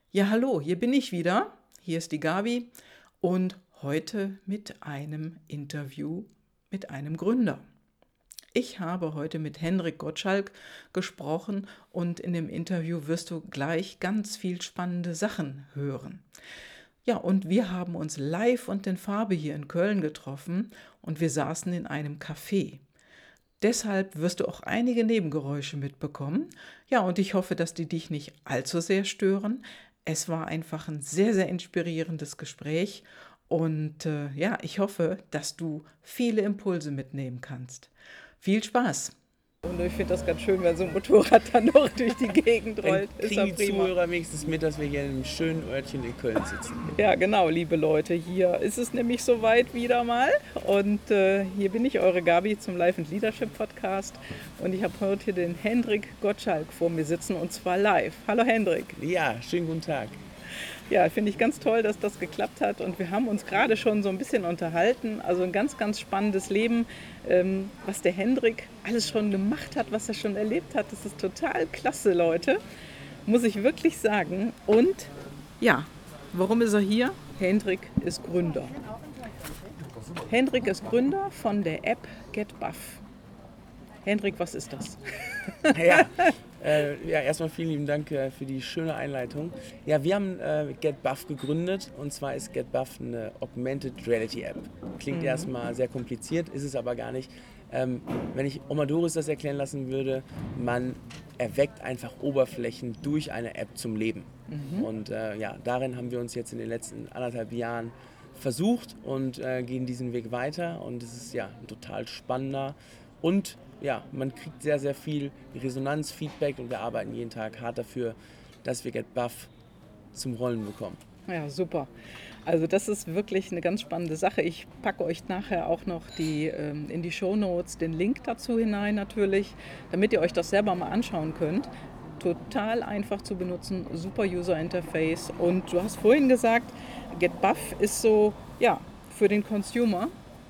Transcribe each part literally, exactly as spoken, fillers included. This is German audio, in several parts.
Ja, hallo, hier bin ich wieder. Hier ist die Gabi und heute mit einem Interview mit einem Gründer. Ich habe heute mit Hendrik Gottschalk gesprochen und in dem Interview wirst du gleich ganz viel spannende Sachen hören. Ja, und wir haben uns live und in Farbe hier in Köln getroffen und wir saßen in einem Café. Deshalb wirst du auch einige Nebengeräusche mitbekommen. Ja, und ich hoffe, dass die dich nicht allzu sehr stören. Es war einfach ein sehr, sehr inspirierendes Gespräch und äh, ja, ich hoffe, dass du viele Impulse mitnehmen kannst. Viel Spaß! Und ich finde das ganz schön, wenn so ein Motorrad dann noch durch die Gegend rollt. Dann kriegen die Zuhörer wenigstens mit, dass wir hier in einem schönen Örtchen in Köln sitzen. Ja, genau, liebe Leute. Hier ist es nämlich soweit wieder mal. Und äh, hier bin ich, eure Gabi, zum Life and Leadership Podcast. Und ich habe heute den Hendrik Gottschalk vor mir sitzen und zwar live. Hallo Hendrik. Ja, schönen guten Tag. Ja, finde ich ganz toll, dass das geklappt hat und wir haben uns gerade schon so ein bisschen unterhalten. Also ein ganz, ganz spannendes Leben, ähm, was der Hendrik alles schon gemacht hat, was er schon erlebt hat. Das ist total klasse, Leute, muss ich wirklich sagen. Und ja, warum ist er hier? Hendrik ist Gründer. Hendrik ist Gründer von der App GetBuff. Hendrik, was ist das? Ja, äh, ja erstmal vielen lieben Dank äh, für die schöne Einleitung. Ja, wir haben äh, GetBuff gegründet und zwar ist GetBuff eine Augmented Reality App. Klingt mhm. erstmal sehr kompliziert, ist es aber gar nicht. Ähm, wenn ich Oma Doris das erklären lassen würde, man erweckt einfach Oberflächen durch eine App zum Leben. Mhm. Und äh, ja, darin haben wir uns jetzt in den letzten anderthalb Jahren versucht und äh, gehen diesen Weg weiter und es ist ja ein total spannender und ja, man kriegt sehr, sehr viel Resonanz, Feedback und wir arbeiten jeden Tag hart dafür, dass wir GetBuff zum Rollen bekommen. Ja, super. Also das ist wirklich eine ganz spannende Sache. Ich packe euch nachher auch noch die, ähm, in die Shownotes den Link dazu hinein natürlich, damit ihr euch das selber mal anschauen könnt. Total einfach zu benutzen, super User Interface und du hast vorhin gesagt, GetBuff ist so, ja, für den Consumer.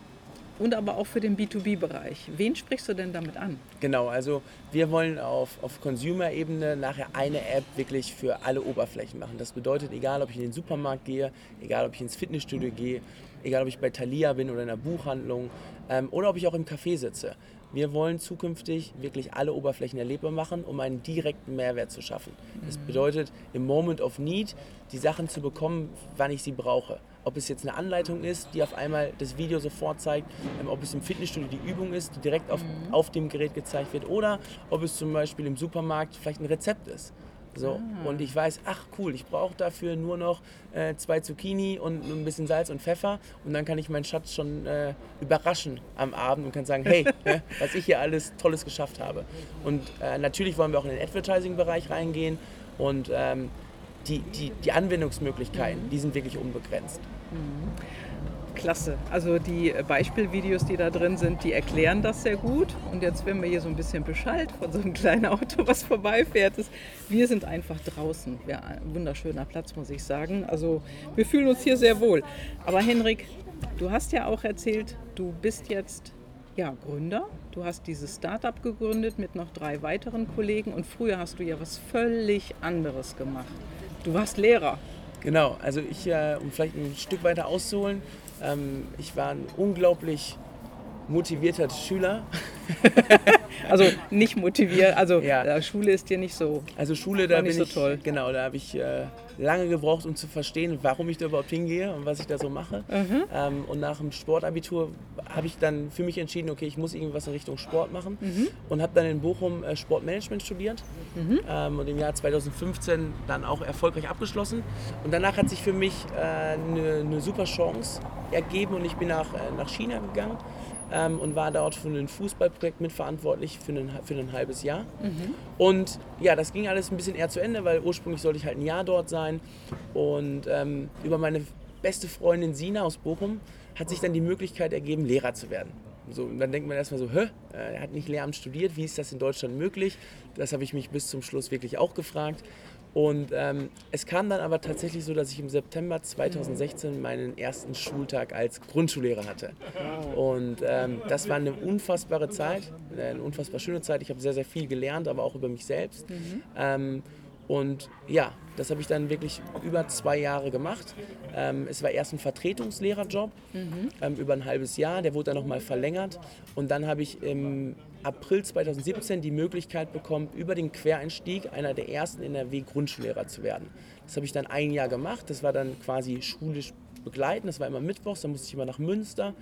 Und aber auch für den B zwei B-Bereich. Wen sprichst du denn damit an? Genau, also wir wollen auf, auf Consumer-Ebene nachher eine App wirklich für alle Oberflächen machen. Das bedeutet, egal ob ich in den Supermarkt gehe, egal ob ich ins Fitnessstudio gehe, egal ob ich bei Thalia bin oder in einer Buchhandlung ähm, oder ob ich auch im Café sitze. Wir wollen zukünftig wirklich alle Oberflächen erlebbar machen, um einen direkten Mehrwert zu schaffen. Das bedeutet, im Moment of Need die Sachen zu bekommen, wann ich sie brauche. Ob es jetzt eine Anleitung ist, die auf einmal das Video sofort zeigt, ähm, ob es im Fitnessstudio die Übung ist, die direkt auf, mhm. auf dem Gerät gezeigt wird oder ob es zum Beispiel im Supermarkt vielleicht ein Rezept ist. So. Ah. Und ich weiß, ach cool, ich brauche dafür nur noch äh, zwei Zucchini und ein bisschen Salz und Pfeffer und dann kann ich meinen Schatz schon äh, überraschen am Abend und kann sagen, hey, ne, was ich hier alles Tolles geschafft habe. Und äh, natürlich wollen wir auch in den Advertising-Bereich reingehen und ähm, die, die, die Anwendungsmöglichkeiten, mhm. die sind wirklich unbegrenzt. Mhm. Klasse. Also die Beispielvideos, die da drin sind, die erklären das sehr gut. Und jetzt werden wir hier so ein bisschen beschallt von so einem kleinen Auto, was vorbeifährt. Wir sind einfach draußen. Ja, ein wunderschöner Platz, muss ich sagen. Also wir fühlen uns hier sehr wohl. Aber Hendrik, du hast ja auch erzählt, du bist jetzt ja, Gründer. Du hast dieses Startup gegründet mit noch drei weiteren Kollegen. Und früher hast du ja was völlig anderes gemacht. Du warst Lehrer. Genau, also ich, äh, um vielleicht ein Stück weiter auszuholen, ähm, ich war ein unglaublich motivierter Schüler. Also nicht motiviert, also ja. Schule ist dir nicht so Also Schule, da bin so ich, toll. Genau, da habe ich äh, lange gebraucht, um zu verstehen, warum ich da überhaupt hingehe und was ich da so mache. Mhm. Ähm, und nach dem Sportabitur habe ich dann für mich entschieden, okay, ich muss irgendwas in Richtung Sport machen mhm. und habe dann in Bochum äh, Sportmanagement studiert mhm. ähm, und im Jahr zweitausendfünfzehn dann auch erfolgreich abgeschlossen. Und danach hat sich für mich eine äh, ne super Chance ergeben und ich bin nach, äh, nach China gegangen. Ähm, und war dort für ein Fußballprojekt mitverantwortlich für ein, für ein halbes Jahr. Mhm. Und ja, das ging alles ein bisschen eher zu Ende, weil ursprünglich sollte ich halt ein Jahr dort sein. Und ähm, über meine beste Freundin Sina aus Bochum hat sich dann die Möglichkeit ergeben, Lehrer zu werden. So, und dann denkt man erstmal so, hä, er hat nicht Lehramt studiert, wie ist das in Deutschland möglich? Das habe ich mich bis zum Schluss wirklich auch gefragt. Und ähm, es kam dann aber tatsächlich so, dass ich im September zweitausendsechzehn meinen ersten Schultag als Grundschullehrer hatte. Und ähm, das war eine unfassbare Zeit, eine unfassbar schöne Zeit. Ich habe sehr, sehr viel gelernt, aber auch über mich selbst. Mhm. Ähm, und ja, Das habe ich dann wirklich über zwei Jahre gemacht. Ähm, es war erst ein Vertretungslehrerjob mhm. ähm, über ein halbes Jahr, der wurde dann nochmal verlängert. Und dann habe ich im April zweitausendsiebzehn die Möglichkeit bekommen, über den Quereinstieg einer der ersten N R W-Grundschullehrer zu werden. Das habe ich dann ein Jahr gemacht. Das war dann quasi schulisch begleitend. Das war immer mittwochs, dann musste ich immer nach Münster.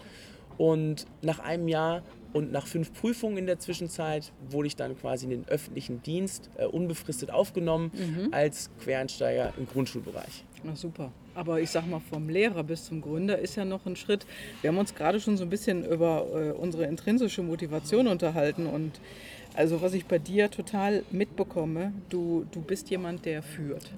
Und nach einem Jahr und nach fünf Prüfungen in der Zwischenzeit wurde ich dann quasi in den öffentlichen Dienst äh, unbefristet aufgenommen mhm. als Quereinsteiger im Grundschulbereich. Na super. Aber ich sag mal, vom Lehrer bis zum Gründer ist ja noch ein Schritt. Wir haben uns gerade schon so ein bisschen über äh, unsere intrinsische Motivation unterhalten. Und also was ich bei dir total mitbekomme, du, du bist jemand, der führt.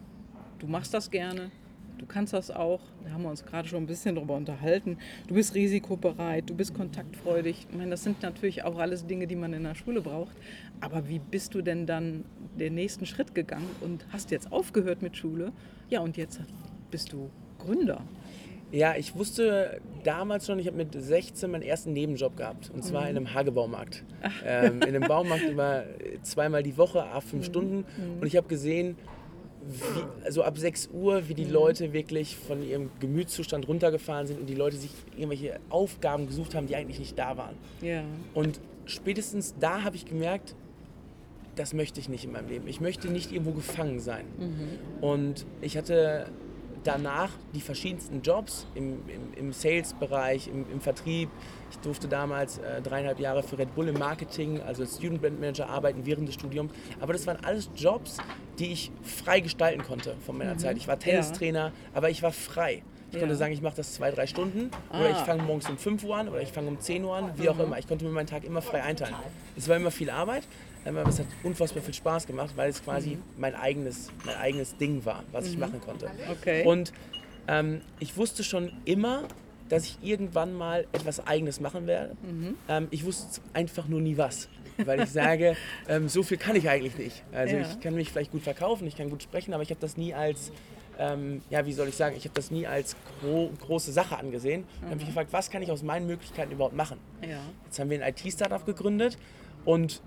Du machst das gerne. Du kannst das auch, da haben wir uns gerade schon ein bisschen drüber unterhalten. Du bist risikobereit, du bist kontaktfreudig. Ich meine, das sind natürlich auch alles Dinge, die man in der Schule braucht. Aber wie bist du denn dann den nächsten Schritt gegangen und hast jetzt aufgehört mit Schule? Ja, und jetzt bist du Gründer. Ja, ich wusste damals schon, ich habe mit sechzehn meinen ersten Nebenjob gehabt. Und zwar mhm. in einem Hagebaumarkt. Ähm, in einem Baumarkt über zweimal die Woche, a fünf mhm. Stunden. Und ich habe gesehen, Wie, also ab sechs Uhr, wie die mhm. Leute wirklich von ihrem Gemütszustand runtergefahren sind und die Leute sich irgendwelche Aufgaben gesucht haben, die eigentlich nicht da waren. Ja. Und spätestens da habe ich gemerkt, das möchte ich nicht in meinem Leben. Ich möchte nicht irgendwo gefangen sein. Mhm. Und ich hatte danach die verschiedensten Jobs im, im, im Sales-Bereich, im, im Vertrieb. Ich durfte damals äh, dreieinhalb Jahre für Red Bull im Marketing, also als Student Brand Manager arbeiten während des Studiums. Aber das waren alles Jobs, die ich frei gestalten konnte von meiner mhm. Zeit. Ich war Tennistrainer, ja. aber ich war frei. Ich ja. konnte sagen, ich mache das zwei, drei Stunden ah. oder ich fange morgens um fünf Uhr an oder ich fange um zehn Uhr an, wie auch mhm. immer. Ich konnte mir meinen Tag immer frei einteilen. Es war immer viel Arbeit, aber es hat unfassbar viel Spaß gemacht, weil es quasi mhm. mein, eigenes, mein eigenes Ding war, was mhm. ich machen konnte. Okay. Und ähm, ich wusste schon immer, dass ich irgendwann mal etwas Eigenes machen werde. Mhm. Ähm, ich wusste einfach nur nie was. Weil ich sage, ähm, so viel kann ich eigentlich nicht. Also ja. ich kann mich vielleicht gut verkaufen, ich kann gut sprechen, aber ich habe das nie als, ähm, ja wie soll ich sagen, ich habe das nie als gro- große Sache angesehen. Und mhm. habe mich gefragt, was kann ich aus meinen Möglichkeiten überhaupt machen? Ja. Jetzt haben wir ein I T-Startup gegründet und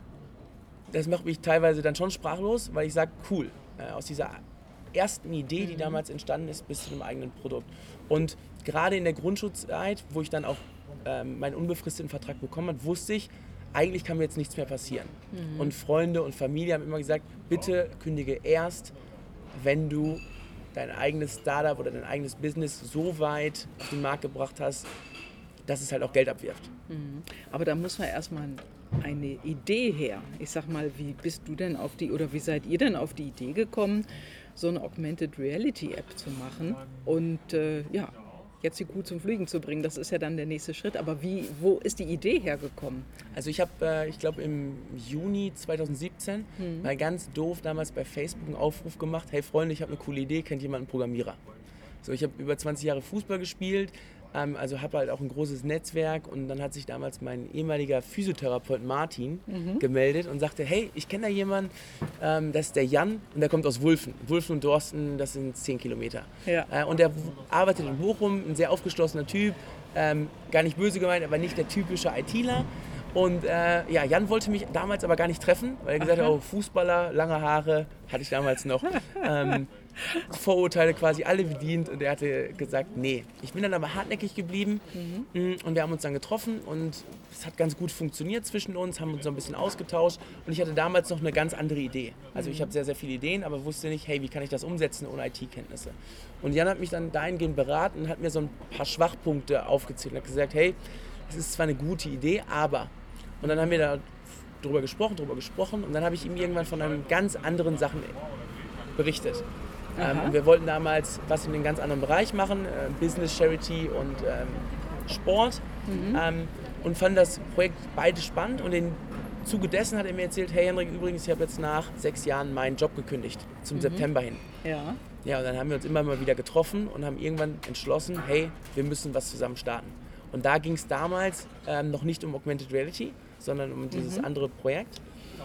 das macht mich teilweise dann schon sprachlos, weil ich sage, cool, äh, aus dieser ersten Idee, die mhm. damals entstanden ist, bis zu einem eigenen Produkt. Und gerade in der Grundschulzeit, wo ich dann auch ähm, meinen unbefristeten Vertrag bekommen habe, wusste ich, eigentlich kann mir jetzt nichts mehr passieren. Mhm. Und Freunde und Familie haben immer gesagt, bitte kündige erst, wenn du dein eigenes Startup oder dein eigenes Business so weit auf den Markt gebracht hast, dass es halt auch Geld abwirft. Mhm. Aber da muss man erstmal eine Idee her. Ich sag mal, wie bist du denn auf die, oder wie seid ihr denn auf die Idee gekommen, so eine Augmented Reality App zu machen und äh, ja, jetzt die Kuh zum Fliegen zu bringen, das ist ja dann der nächste Schritt. Aber wie, wo ist die Idee hergekommen? Also ich habe, äh, ich glaube im Juni zweitausendsiebzehn hm. mal ganz doof damals bei Facebook einen Aufruf gemacht, hey Freunde, ich habe eine coole Idee, kennt jemand einen Programmierer? So, ich habe über zwanzig Jahre Fußball gespielt, ähm, also habe halt auch ein großes Netzwerk und dann hat sich damals mein ehemaliger Physiotherapeut Martin mhm. gemeldet und sagte, hey, ich kenne da jemanden, ähm, das ist der Jan und der kommt aus Wulfen. Wulfen und Dorsten, das sind zehn Kilometer. Ja. Äh, und der arbeitet in Bochum, ein sehr aufgeschlossener Typ, ähm, gar nicht böse gemeint, aber nicht der typische ITler. Und äh, ja, Jan wollte mich damals aber gar nicht treffen, weil er gesagt hat, oh, Fußballer, lange Haare, hatte ich damals noch. ähm, Vorurteile quasi alle bedient und er hatte gesagt, nee. Ich bin dann aber hartnäckig geblieben mhm. und wir haben uns dann getroffen und es hat ganz gut funktioniert zwischen uns, haben uns so ein bisschen ausgetauscht und ich hatte damals noch eine ganz andere Idee. Also ich habe sehr, sehr viele Ideen, aber wusste nicht, hey, wie kann ich das umsetzen ohne I T-Kenntnisse. Und Jan hat mich dann dahingehend beraten und hat mir so ein paar Schwachpunkte aufgezählt und hat gesagt, hey, das ist zwar eine gute Idee, aber... Und dann haben wir da drüber gesprochen, drüber gesprochen und dann habe ich ihm irgendwann von einem ganz anderen Sachen berichtet. Ähm, und wir wollten damals was in einem ganz anderen Bereich machen, äh, Business, Charity und ähm, Sport. Mhm. Ähm, und fanden das Projekt beide spannend und im Zuge dessen hat er mir erzählt, hey Henrik, übrigens, ich habe jetzt nach sechs Jahren meinen Job gekündigt, zum mhm. September hin. Ja. Ja, und dann haben wir uns immer mal wieder getroffen und haben irgendwann entschlossen, hey, wir müssen was zusammen starten. Und da ging es damals ähm, noch nicht um Augmented Reality, sondern um dieses mhm. andere Projekt.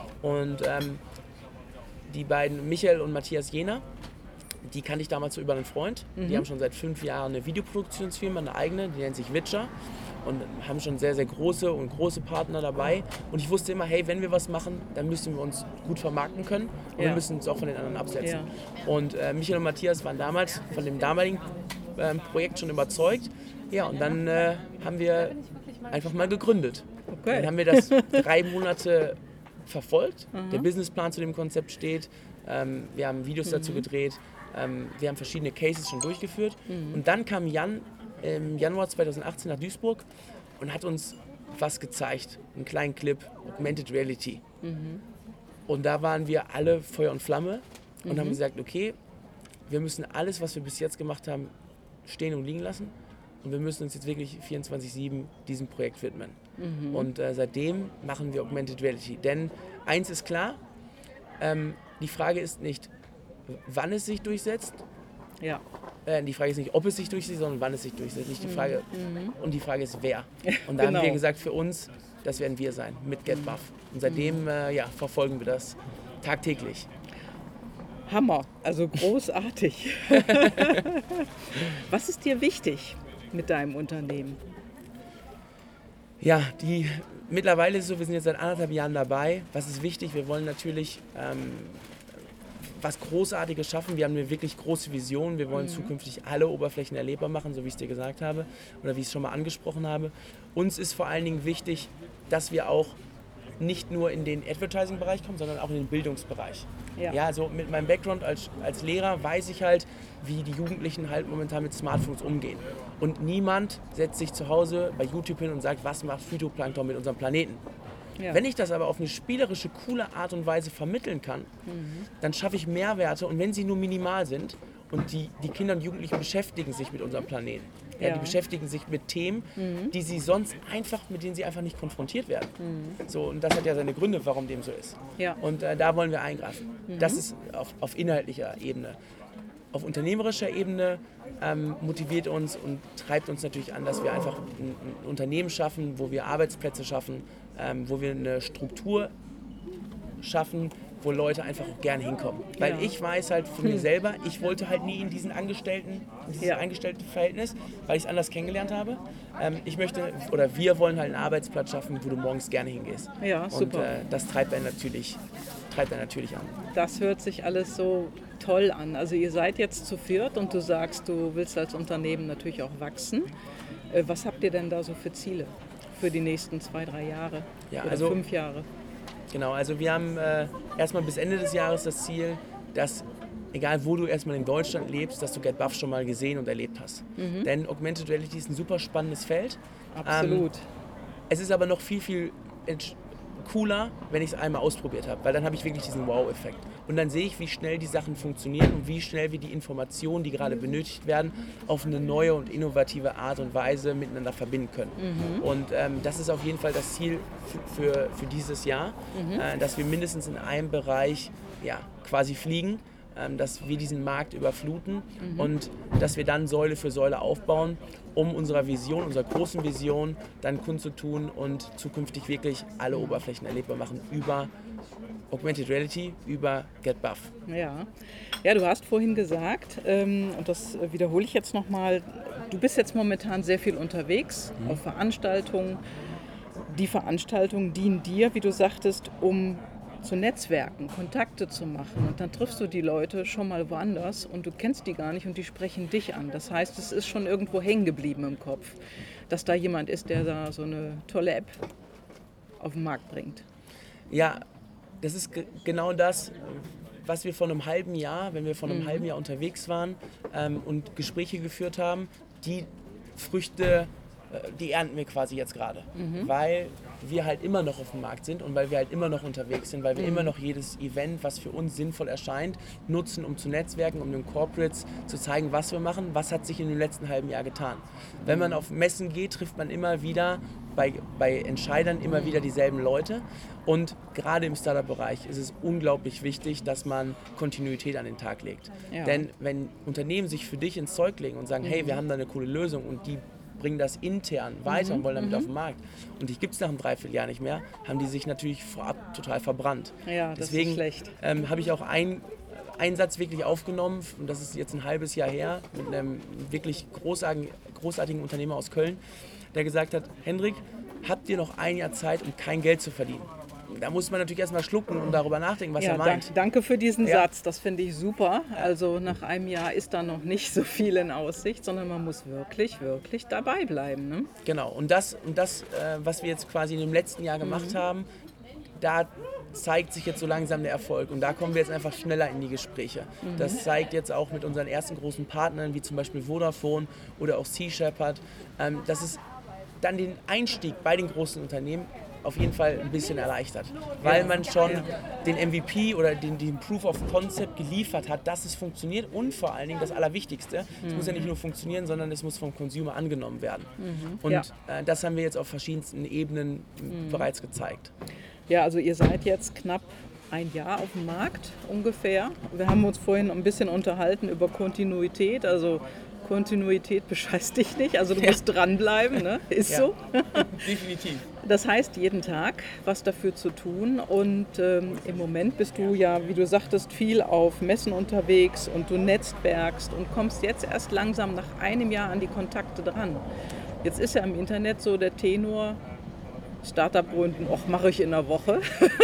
Und ähm, die beiden, Michael und Matthias Jehner, die kannte ich damals so über einen Freund. Mhm. Die haben schon seit fünf Jahren eine Videoproduktionsfirma, eine eigene, die nennt sich Witcher. und haben schon sehr, sehr große und große Partner dabei. Und ich wusste immer, hey, wenn wir was machen, dann müssen wir uns gut vermarkten können und Ja. wir müssen uns auch von den anderen absetzen. Ja. Und äh, Michael und Matthias waren damals von dem damaligen äh, Projekt schon überzeugt. Ja, und dann äh, haben wir einfach mal gegründet. Okay. Dann haben wir das drei Monate verfolgt. Mhm. Der Businessplan zu dem Konzept steht. Ähm, wir haben Videos dazu gedreht. Ähm, wir haben verschiedene Cases schon durchgeführt. Mhm. Und dann kam Jan im Januar zweitausendachtzehn nach Duisburg und hat uns was gezeigt. Einen kleinen Clip, Augmented Reality. Mhm. Und da waren wir alle Feuer und Flamme und Mhm. haben gesagt, okay, wir müssen alles, was wir bis jetzt gemacht haben, stehen und liegen lassen. Und wir müssen uns jetzt wirklich vierundzwanzig sieben diesem Projekt widmen. Mhm. Und äh, seitdem machen wir Augmented Reality. Denn eins ist klar, ähm, die Frage ist nicht, wann es sich durchsetzt. Ja. Äh, die Frage ist nicht, ob es sich durchsetzt, sondern wann es sich durchsetzt. Nicht die Frage, Mhm. und die Frage ist, wer. Und da Genau. haben wir gesagt, für uns, das werden wir sein, mit GetBuff. Und seitdem äh, ja, verfolgen wir das tagtäglich. Hammer, also großartig. Was ist dir wichtig mit deinem Unternehmen? Ja, die, mittlerweile ist es so, wir sind jetzt seit anderthalb Jahren dabei. Was ist wichtig? Wir wollen natürlich ähm, was Großartiges schaffen. Wir haben eine wirklich große Vision. Wir wollen Mhm. zukünftig alle Oberflächen erlebbar machen, so wie ich es dir gesagt habe oder wie ich es schon mal angesprochen habe. Uns ist vor allen Dingen wichtig, dass wir auch nicht nur in den Advertising-Bereich kommen, sondern auch in den Bildungsbereich. Ja. Ja, also mit meinem Background als, als Lehrer weiß ich halt, wie die Jugendlichen halt momentan mit Smartphones umgehen. Und niemand setzt sich zu Hause bei YouTube hin und sagt, was macht Phytoplankton mit unserem Planeten. Ja. Wenn ich das aber auf eine spielerische, coole Art und Weise vermitteln kann, Mhm. dann schaffe ich Mehrwerte und wenn sie nur minimal sind und die, die Kinder und Jugendlichen beschäftigen sich mit unserem Planeten. Ja, Ja. Die beschäftigen sich mit Themen, Mhm. die sie sonst einfach, mit denen sie einfach nicht konfrontiert werden. Mhm. So, und das hat ja seine Gründe, warum dem so ist. Ja. Und äh, da wollen wir eingreifen. Mhm. Das ist auf, auf inhaltlicher Ebene. Auf unternehmerischer Ebene ähm, motiviert uns und treibt uns natürlich an, dass wir einfach ein, ein Unternehmen schaffen, wo wir Arbeitsplätze schaffen, ähm, wo wir eine Struktur schaffen, wo Leute einfach auch gerne hinkommen. Weil Ja. ich weiß halt von mir selber, ich wollte halt nie in diesen Angestellten, in dieses Ja. Angestelltenverhältnis, weil ich es anders kennengelernt habe. Ähm, ich möchte, oder wir wollen halt einen Arbeitsplatz schaffen, wo du morgens gerne hingehst. Ja, Und super. äh, das treibt einen natürlich, treibt einen natürlich an. Das hört sich alles so toll an. Also ihr seid jetzt zu viert und du sagst, du willst als Unternehmen natürlich auch wachsen. Äh, Was habt ihr denn da so für Ziele für die nächsten zwei, drei Jahre Ja, oder also- fünf Jahre? Genau, also wir haben äh, erstmal bis Ende des Jahres das Ziel, dass egal wo du erstmal in Deutschland lebst, dass du GetBuff schon mal gesehen und erlebt hast. Mhm. Denn Augmented Reality ist ein super spannendes Feld. Absolut. Es ist aber noch viel, viel entsch- cooler, wenn ich es einmal ausprobiert habe, weil dann habe ich wirklich diesen Wow-Effekt. Und dann sehe ich, wie schnell die Sachen funktionieren und wie schnell wir die Informationen, die gerade benötigt werden, auf eine neue und innovative Art und Weise miteinander verbinden können. Mhm. Und ähm, das ist auf jeden Fall das Ziel für, für, für dieses Jahr, Mhm. äh, dass wir mindestens in einem Bereich ja, quasi fliegen, ähm, dass wir diesen Markt überfluten Mhm. und dass wir dann Säule für Säule aufbauen, um unserer Vision, unserer großen Vision dann kundzutun und zukünftig wirklich alle Oberflächen erlebbar machen über Augmented Reality, über GetBuff. Ja. Ja, du hast vorhin gesagt, ähm, und das äh, wiederhole ich jetzt nochmal, du bist jetzt momentan sehr viel unterwegs Mhm. auf Veranstaltungen. Die Veranstaltungen dienen dir, wie du sagtest, um zu netzwerken, Kontakte zu machen. Und dann triffst du die Leute schon mal woanders und du kennst die gar nicht und die sprechen dich an. Das heißt, es ist schon irgendwo hängen geblieben im Kopf, dass da jemand ist, der da so eine tolle App auf den Markt bringt. Ja, das ist ge- genau das, was wir vor einem halben Jahr, wenn wir vor einem Mhm. halben Jahr unterwegs waren ähm, und Gespräche geführt haben, die Früchte, äh, die ernten wir quasi jetzt gerade. Mhm. Weil wir halt immer noch auf dem Markt sind und weil wir halt immer noch unterwegs sind, weil wir Mhm. immer noch jedes Event, was für uns sinnvoll erscheint, nutzen, um zu netzwerken, um den Corporates zu zeigen, was wir machen, was hat sich in dem letzten halben Jahr getan. Wenn man auf Messen geht, trifft man immer wieder bei, bei Entscheidern immer wieder dieselben Leute. Und gerade im Startup-Bereich ist es unglaublich wichtig, dass man Kontinuität an den Tag legt. Ja. Denn wenn Unternehmen sich für dich ins Zeug legen und sagen, hey, wir haben da eine coole Lösung und die bringen das intern weiter und wollen damit auf den Markt und die gibt es nach einem Dreivierteljahr nicht mehr, haben die sich natürlich vorab total verbrannt. Ja, das Deswegen ist schlecht. ähm, habe ich auch ein, Einsatz wirklich aufgenommen, und das ist jetzt ein halbes Jahr her, mit einem wirklich großartigen, großartigen Unternehmer aus Köln, der gesagt hat, Hendrik, habt ihr noch ein Jahr Zeit, um kein Geld zu verdienen? Da muss man natürlich erstmal schlucken und darüber nachdenken, was ja, er meint. Danke, danke für diesen ja. Satz, das finde ich super. Also nach einem Jahr ist da noch nicht so viel in Aussicht, sondern man muss wirklich, wirklich dabei bleiben. Ne? Genau, und das, und das äh, was wir jetzt quasi in dem letzten Jahr gemacht mhm. haben, da zeigt sich jetzt so langsam der Erfolg und da kommen wir jetzt einfach schneller in die Gespräche. Mhm. Das zeigt jetzt auch mit unseren ersten großen Partnern, wie zum Beispiel Vodafone oder auch Sea Shepherd, ähm, dass es dann den Einstieg bei den großen Unternehmen auf jeden Fall ein bisschen erleichtert, weil man schon den M V P oder den, den Proof of Concept geliefert hat, dass es funktioniert und vor allen Dingen das Allerwichtigste, mhm. es muss ja nicht nur funktionieren, sondern es muss vom Consumer angenommen werden. Mhm. Und ja. äh, das haben wir jetzt auf verschiedensten Ebenen mhm. bereits gezeigt. Ja, also ihr seid jetzt knapp ein Jahr auf dem Markt ungefähr. Wir haben uns vorhin ein bisschen unterhalten über Kontinuität, also Kontinuität bescheißt dich nicht, also du ja. musst dranbleiben, ne? Ist ja. so. Definitiv. Das heißt, jeden Tag was dafür zu tun und ähm, im Moment bist du ja, wie du sagtest, viel auf Messen unterwegs und du netzwerkst und kommst jetzt erst langsam nach einem Jahr an die Kontakte dran. Jetzt ist ja im Internet so der Tenor, Startup gründen, och, mache ich in einer Woche.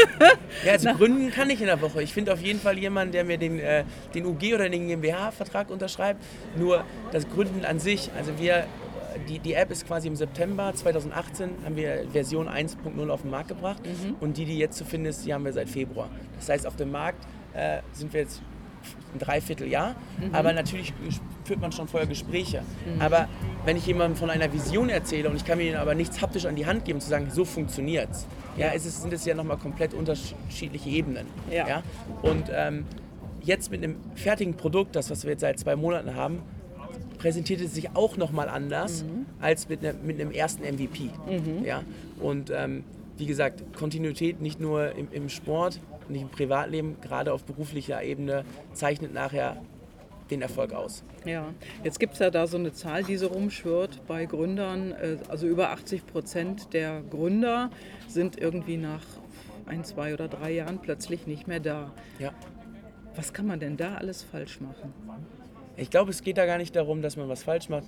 Ja, also Na. gründen kann ich in einer Woche. Ich finde auf jeden Fall jemanden, der mir den, äh, den U G oder den GmbH-Vertrag unterschreibt. Nur das Gründen an sich, also wir, die, die App ist quasi im September zweitausendachtzehn, haben wir Version eins Punkt null auf den Markt gebracht mhm. und die, die jetzt zu finden ist, die haben wir seit Februar. Das heißt, auf dem Markt äh, sind wir jetzt ein Dreivierteljahr, mhm. aber natürlich führt man schon vorher Gespräche. Mhm. Aber wenn ich jemandem von einer Vision erzähle und ich kann mir ihnen aber nichts haptisch an die Hand geben, zu sagen, so funktioniert's, ja, es ist, sind es ja nochmal komplett unterschiedliche Ebenen. Ja. Ja? Und ähm, jetzt mit einem fertigen Produkt, das, was wir jetzt seit zwei Monaten haben, präsentiert es sich auch nochmal anders mhm. als mit, ne, mit einem ersten M V P. Mhm. Ja? Und ähm, wie gesagt, Kontinuität nicht nur im, im Sport, nicht im Privatleben, gerade auf beruflicher Ebene, zeichnet nachher den Erfolg aus. Ja, jetzt gibt es ja da so eine Zahl, die so rumschwirrt bei Gründern. Also über achtzig Prozent der Gründer sind irgendwie nach ein, zwei oder drei Jahren plötzlich nicht mehr da. Ja. Was kann man denn da alles falsch machen? Ich glaube, es geht da gar nicht darum, dass man was falsch macht.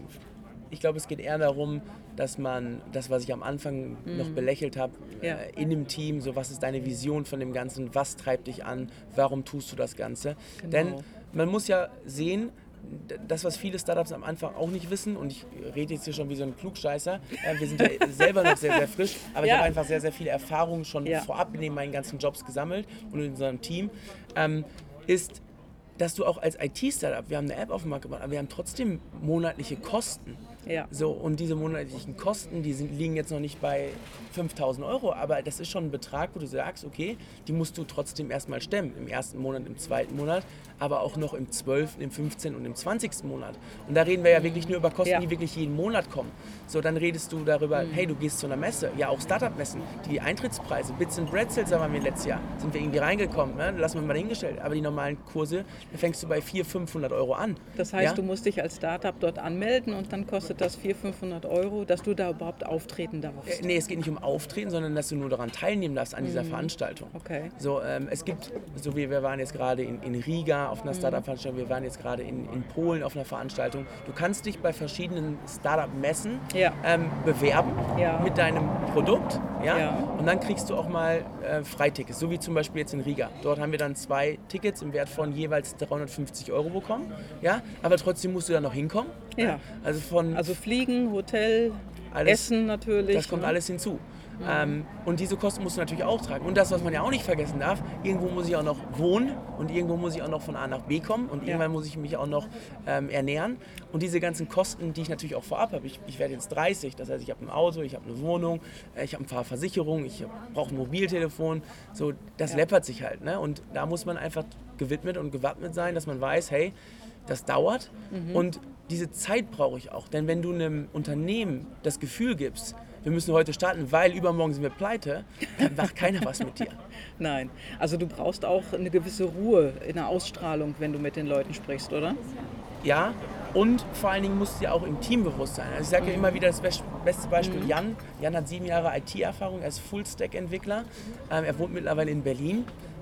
Ich glaube, es geht eher darum, dass man das, was ich am Anfang mhm. noch belächelt habe, ja. äh, in dem Team, so was ist deine Vision von dem Ganzen, was treibt dich an, warum tust du das Ganze? Genau. Denn man muss ja sehen, das, was viele Startups am Anfang auch nicht wissen, und ich rede jetzt hier schon wie so ein Klugscheißer, äh, wir sind ja selber noch sehr, sehr frisch, aber ja. ich habe einfach sehr, sehr viele Erfahrungen schon ja. vorab in meinen ganzen Jobs gesammelt und in unserem Team, ähm, ist, dass du auch als I T-Startup, wir haben eine App auf den Markt gebracht, aber wir haben trotzdem monatliche Kosten. Ja. So, und diese monatlichen Kosten, die sind, liegen jetzt noch nicht bei fünftausend Euro, aber das ist schon ein Betrag, wo du sagst, okay, die musst du trotzdem erstmal stemmen. Im ersten Monat, im zweiten Monat, aber auch noch im zwölften, im fünfzehnten und im zwanzigsten Monat. Und da reden wir ja wirklich nur über Kosten, ja. die wirklich jeden Monat kommen. So, dann redest du darüber, mhm. hey, du gehst zu einer Messe, ja auch Startup-Messen, die Eintrittspreise, Bits and Bretzels haben wir letztes Jahr, sind wir irgendwie reingekommen, ne? Lassen wir mal dahingestellt, aber die normalen Kurse, da fängst du bei vierhundert, fünfhundert Euro an. Das heißt, ja? du musst dich als Startup dort anmelden und dann kostet das vierhundert, fünfhundert Euro, dass du da überhaupt auftreten darfst. Äh, nee, es geht nicht um Auftreten, sondern dass du nur daran teilnehmen darfst, an dieser mhm. Veranstaltung. Okay. So, ähm, es gibt, so wie wir waren jetzt gerade in, in Riga auf einer mhm. Startup-Veranstaltung, wir waren jetzt gerade in, in Polen auf einer Veranstaltung. Du kannst dich bei verschiedenen Startup-Messen ja. ähm, bewerben ja. mit deinem Produkt, ja? ja, und dann kriegst du auch mal äh, Freitickets, so wie zum Beispiel jetzt in Riga. Dort haben wir dann zwei Tickets im Wert von jeweils dreihundertfünfzig Euro bekommen, ja, aber trotzdem musst du da noch hinkommen. Ja. Also, von also Fliegen, Hotel, alles, Essen natürlich. Das kommt ne? alles hinzu. Mhm. Ähm, und diese Kosten musst du natürlich auch tragen. Und das, was man ja auch nicht vergessen darf, irgendwo muss ich auch noch wohnen und irgendwo muss ich auch noch von A nach B kommen und ja. irgendwann muss ich mich auch noch ähm, ernähren. Und diese ganzen Kosten, die ich natürlich auch vorab habe, ich, ich werde jetzt dreißig, das heißt, ich habe ein Auto, ich habe eine Wohnung, äh, ich habe ein paar Versicherungen, ich brauche ein Mobiltelefon, so, das ja. läppert sich halt. Ne? Und da muss man einfach gewidmet und gewappnet sein, dass man weiß, hey, das dauert mhm. und diese Zeit brauche ich auch. Denn wenn du einem Unternehmen das Gefühl gibst, wir müssen heute starten, weil übermorgen sind wir pleite, dann macht keiner was mit dir. Nein, also du brauchst auch eine gewisse Ruhe in der Ausstrahlung, wenn du mit den Leuten sprichst, oder? Ja, und vor allen Dingen musst du ja auch im Team bewusst sein. Also ich sage mhm. ja immer wieder das beste Beispiel, mhm. Jan. Jan hat sieben Jahre I T-Erfahrung, er ist Full-Stack-Entwickler. Ähm, er wohnt mittlerweile in Berlin.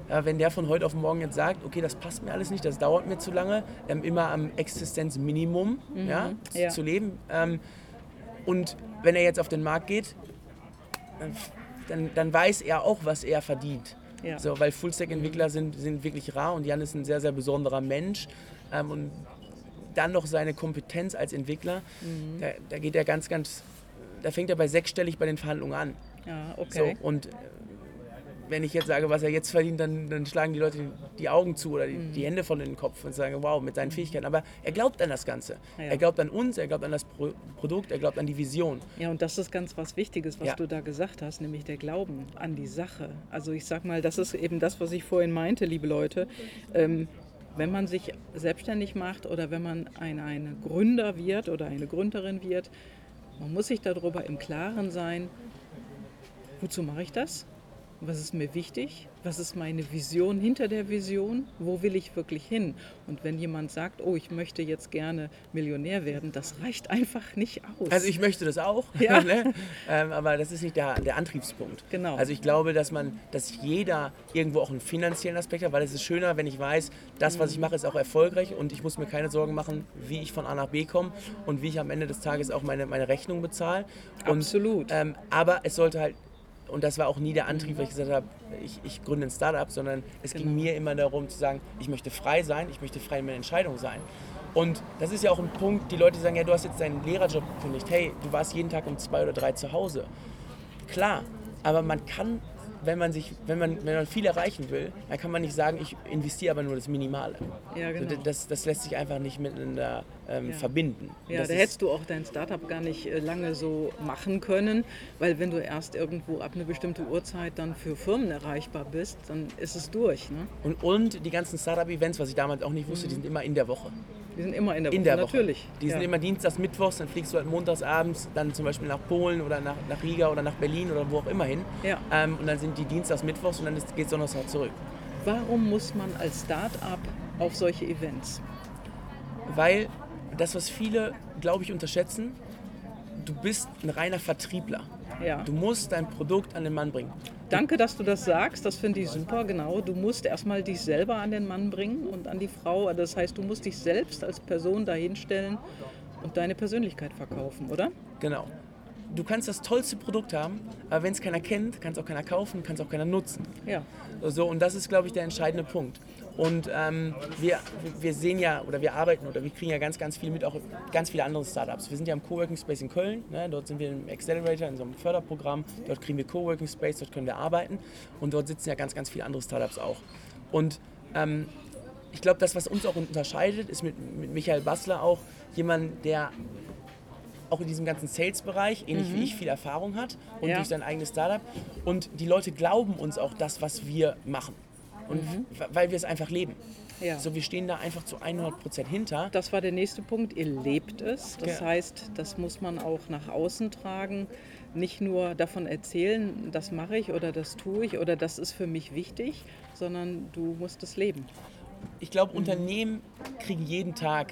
Ja, wenn der von heute auf morgen jetzt sagt, okay, das passt mir alles nicht, das dauert mir zu lange, ähm, immer am Existenzminimum mhm. ja, ja. zu leben. Ähm, und wenn er jetzt auf den Markt geht, dann, dann weiß er auch, was er verdient. Ja. So, weil Fullstack-Entwickler sind, sind wirklich rar und Jan ist ein sehr, sehr besonderer Mensch. Ähm, und dann noch seine Kompetenz als Entwickler, mhm. da, da geht er ganz, ganz, da fängt er bei sechsstellig bei den Verhandlungen an. Ja, okay. So, und wenn ich jetzt sage, was er jetzt verdient, dann, dann schlagen die Leute die Augen zu oder die, mhm. die Hände von den Kopf und sagen, wow, mit seinen Fähigkeiten. Aber er glaubt an das Ganze. Ja. Er glaubt an uns, er glaubt an das Pro- Produkt, er glaubt an die Vision. Ja, und das ist ganz was Wichtiges, was ja. du da gesagt hast, nämlich der Glauben an die Sache. Also ich sag mal, das ist eben das, was ich vorhin meinte, liebe Leute. Ähm, wenn man sich selbstständig macht oder wenn man ein, ein Gründer wird oder eine Gründerin wird, man muss sich darüber im Klaren sein, wozu mache ich das? Was ist mir wichtig? Was ist meine Vision hinter der Vision? Wo will ich wirklich hin? Und wenn jemand sagt, oh, ich möchte jetzt gerne Millionär werden, das reicht einfach nicht aus. Also ich möchte das auch, ja. ne? ähm, aber das ist nicht der, der Antriebspunkt. Genau. Also ich glaube, dass man, dass jeder irgendwo auch einen finanziellen Aspekt hat, weil es ist schöner, wenn ich weiß, das, was ich mache, ist auch erfolgreich und ich muss mir keine Sorgen machen, wie ich von A nach B komme und wie ich am Ende des Tages auch meine, meine Rechnung bezahle. Und, Absolut. Ähm, aber es sollte halt, und das war auch nie der Antrieb, weil ich gesagt habe, ich, ich gründe ein Startup, sondern es genau. ging mir immer darum zu sagen, ich möchte frei sein, ich möchte frei in meiner Entscheidung sein. Und das ist ja auch ein Punkt, die Leute sagen, ja, du hast jetzt deinen Lehrerjob gekündigt, hey, du warst jeden Tag um zwei oder drei zu Hause. Klar, aber man kann, wenn man, sich, wenn man, wenn man viel erreichen will, dann kann man nicht sagen, ich investiere aber nur das Minimale. Ja, genau. das, das lässt sich einfach nicht miteinander ähm, ja. verbinden. Ja, das da hättest du auch dein Startup gar nicht äh, lange so machen können, weil wenn du erst irgendwo ab einer bestimmten Uhrzeit dann für Firmen erreichbar bist, dann ist es durch. Ne? Und, und die ganzen Startup-Events, was ich damals auch nicht wusste, mhm. die sind immer in der Woche. Die sind immer in der Woche, in der Woche. natürlich. Die sind ja. immer dienstags, mittwochs, dann fliegst du halt montags abends dann zum Beispiel nach Polen oder nach, nach Riga oder nach Berlin oder wo auch immer hin. Ja. Ähm, und dann sind die dienstags, mittwochs und dann geht es donnerstag zurück. Warum muss man als Start-up auf solche Events? Weil das, was viele, glaube ich, unterschätzen, du bist ein reiner Vertriebler. Ja. Du musst dein Produkt an den Mann bringen. Danke, dass du das sagst, das finde ich super, genau. Du musst erstmal dich selber an den Mann bringen und an die Frau. Das heißt, du musst dich selbst als Person dahinstellen und deine Persönlichkeit verkaufen, oder? Genau. Du kannst das tollste Produkt haben, aber wenn es keiner kennt, kann es auch keiner kaufen, kann es auch keiner nutzen. Ja. So, und das ist, glaube ich, der entscheidende Punkt. Und ähm, wir, wir sehen ja, oder wir arbeiten, oder wir kriegen ja ganz, ganz viel mit, auch ganz viele andere Startups. Wir sind ja im Coworking Space in Köln, ne? Dort sind wir im Accelerator, in so einem Förderprogramm. Dort kriegen wir Coworking Space, dort können wir arbeiten. Und dort sitzen ja ganz, ganz viele andere Startups auch. Und ähm, ich glaube, das, was uns auch unterscheidet, ist mit, mit Michael Bassler auch jemand, der auch in diesem ganzen Sales-Bereich, ähnlich mhm. wie ich, viel Erfahrung hat und ja. durch sein eigenes Startup. Und die Leute glauben uns auch das, was wir machen. Und mhm. weil wir es einfach leben. Ja. So, wir stehen da einfach zu hundert Prozent hinter. Das war der nächste Punkt, ihr lebt es. Das ja. heißt, das muss man auch nach außen tragen. Nicht nur davon erzählen, das mache ich oder das tue ich oder das ist für mich wichtig, sondern du musst es leben. Ich glaube, mhm. Unternehmen kriegen jeden Tag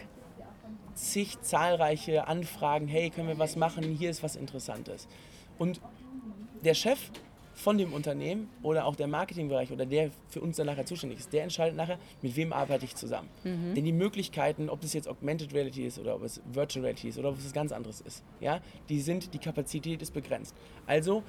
zig zahlreiche Anfragen, hey, können wir was machen, hier ist was Interessantes. Und der Chef von dem Unternehmen oder auch der Marketingbereich oder der für uns dann nachher zuständig ist, der entscheidet nachher, mit wem arbeite ich zusammen. Mhm. Denn die Möglichkeiten, ob das jetzt Augmented Reality ist oder ob es Virtual Reality ist oder ob es was ganz anderes ist, ja, die sind, die Kapazität ist begrenzt. Also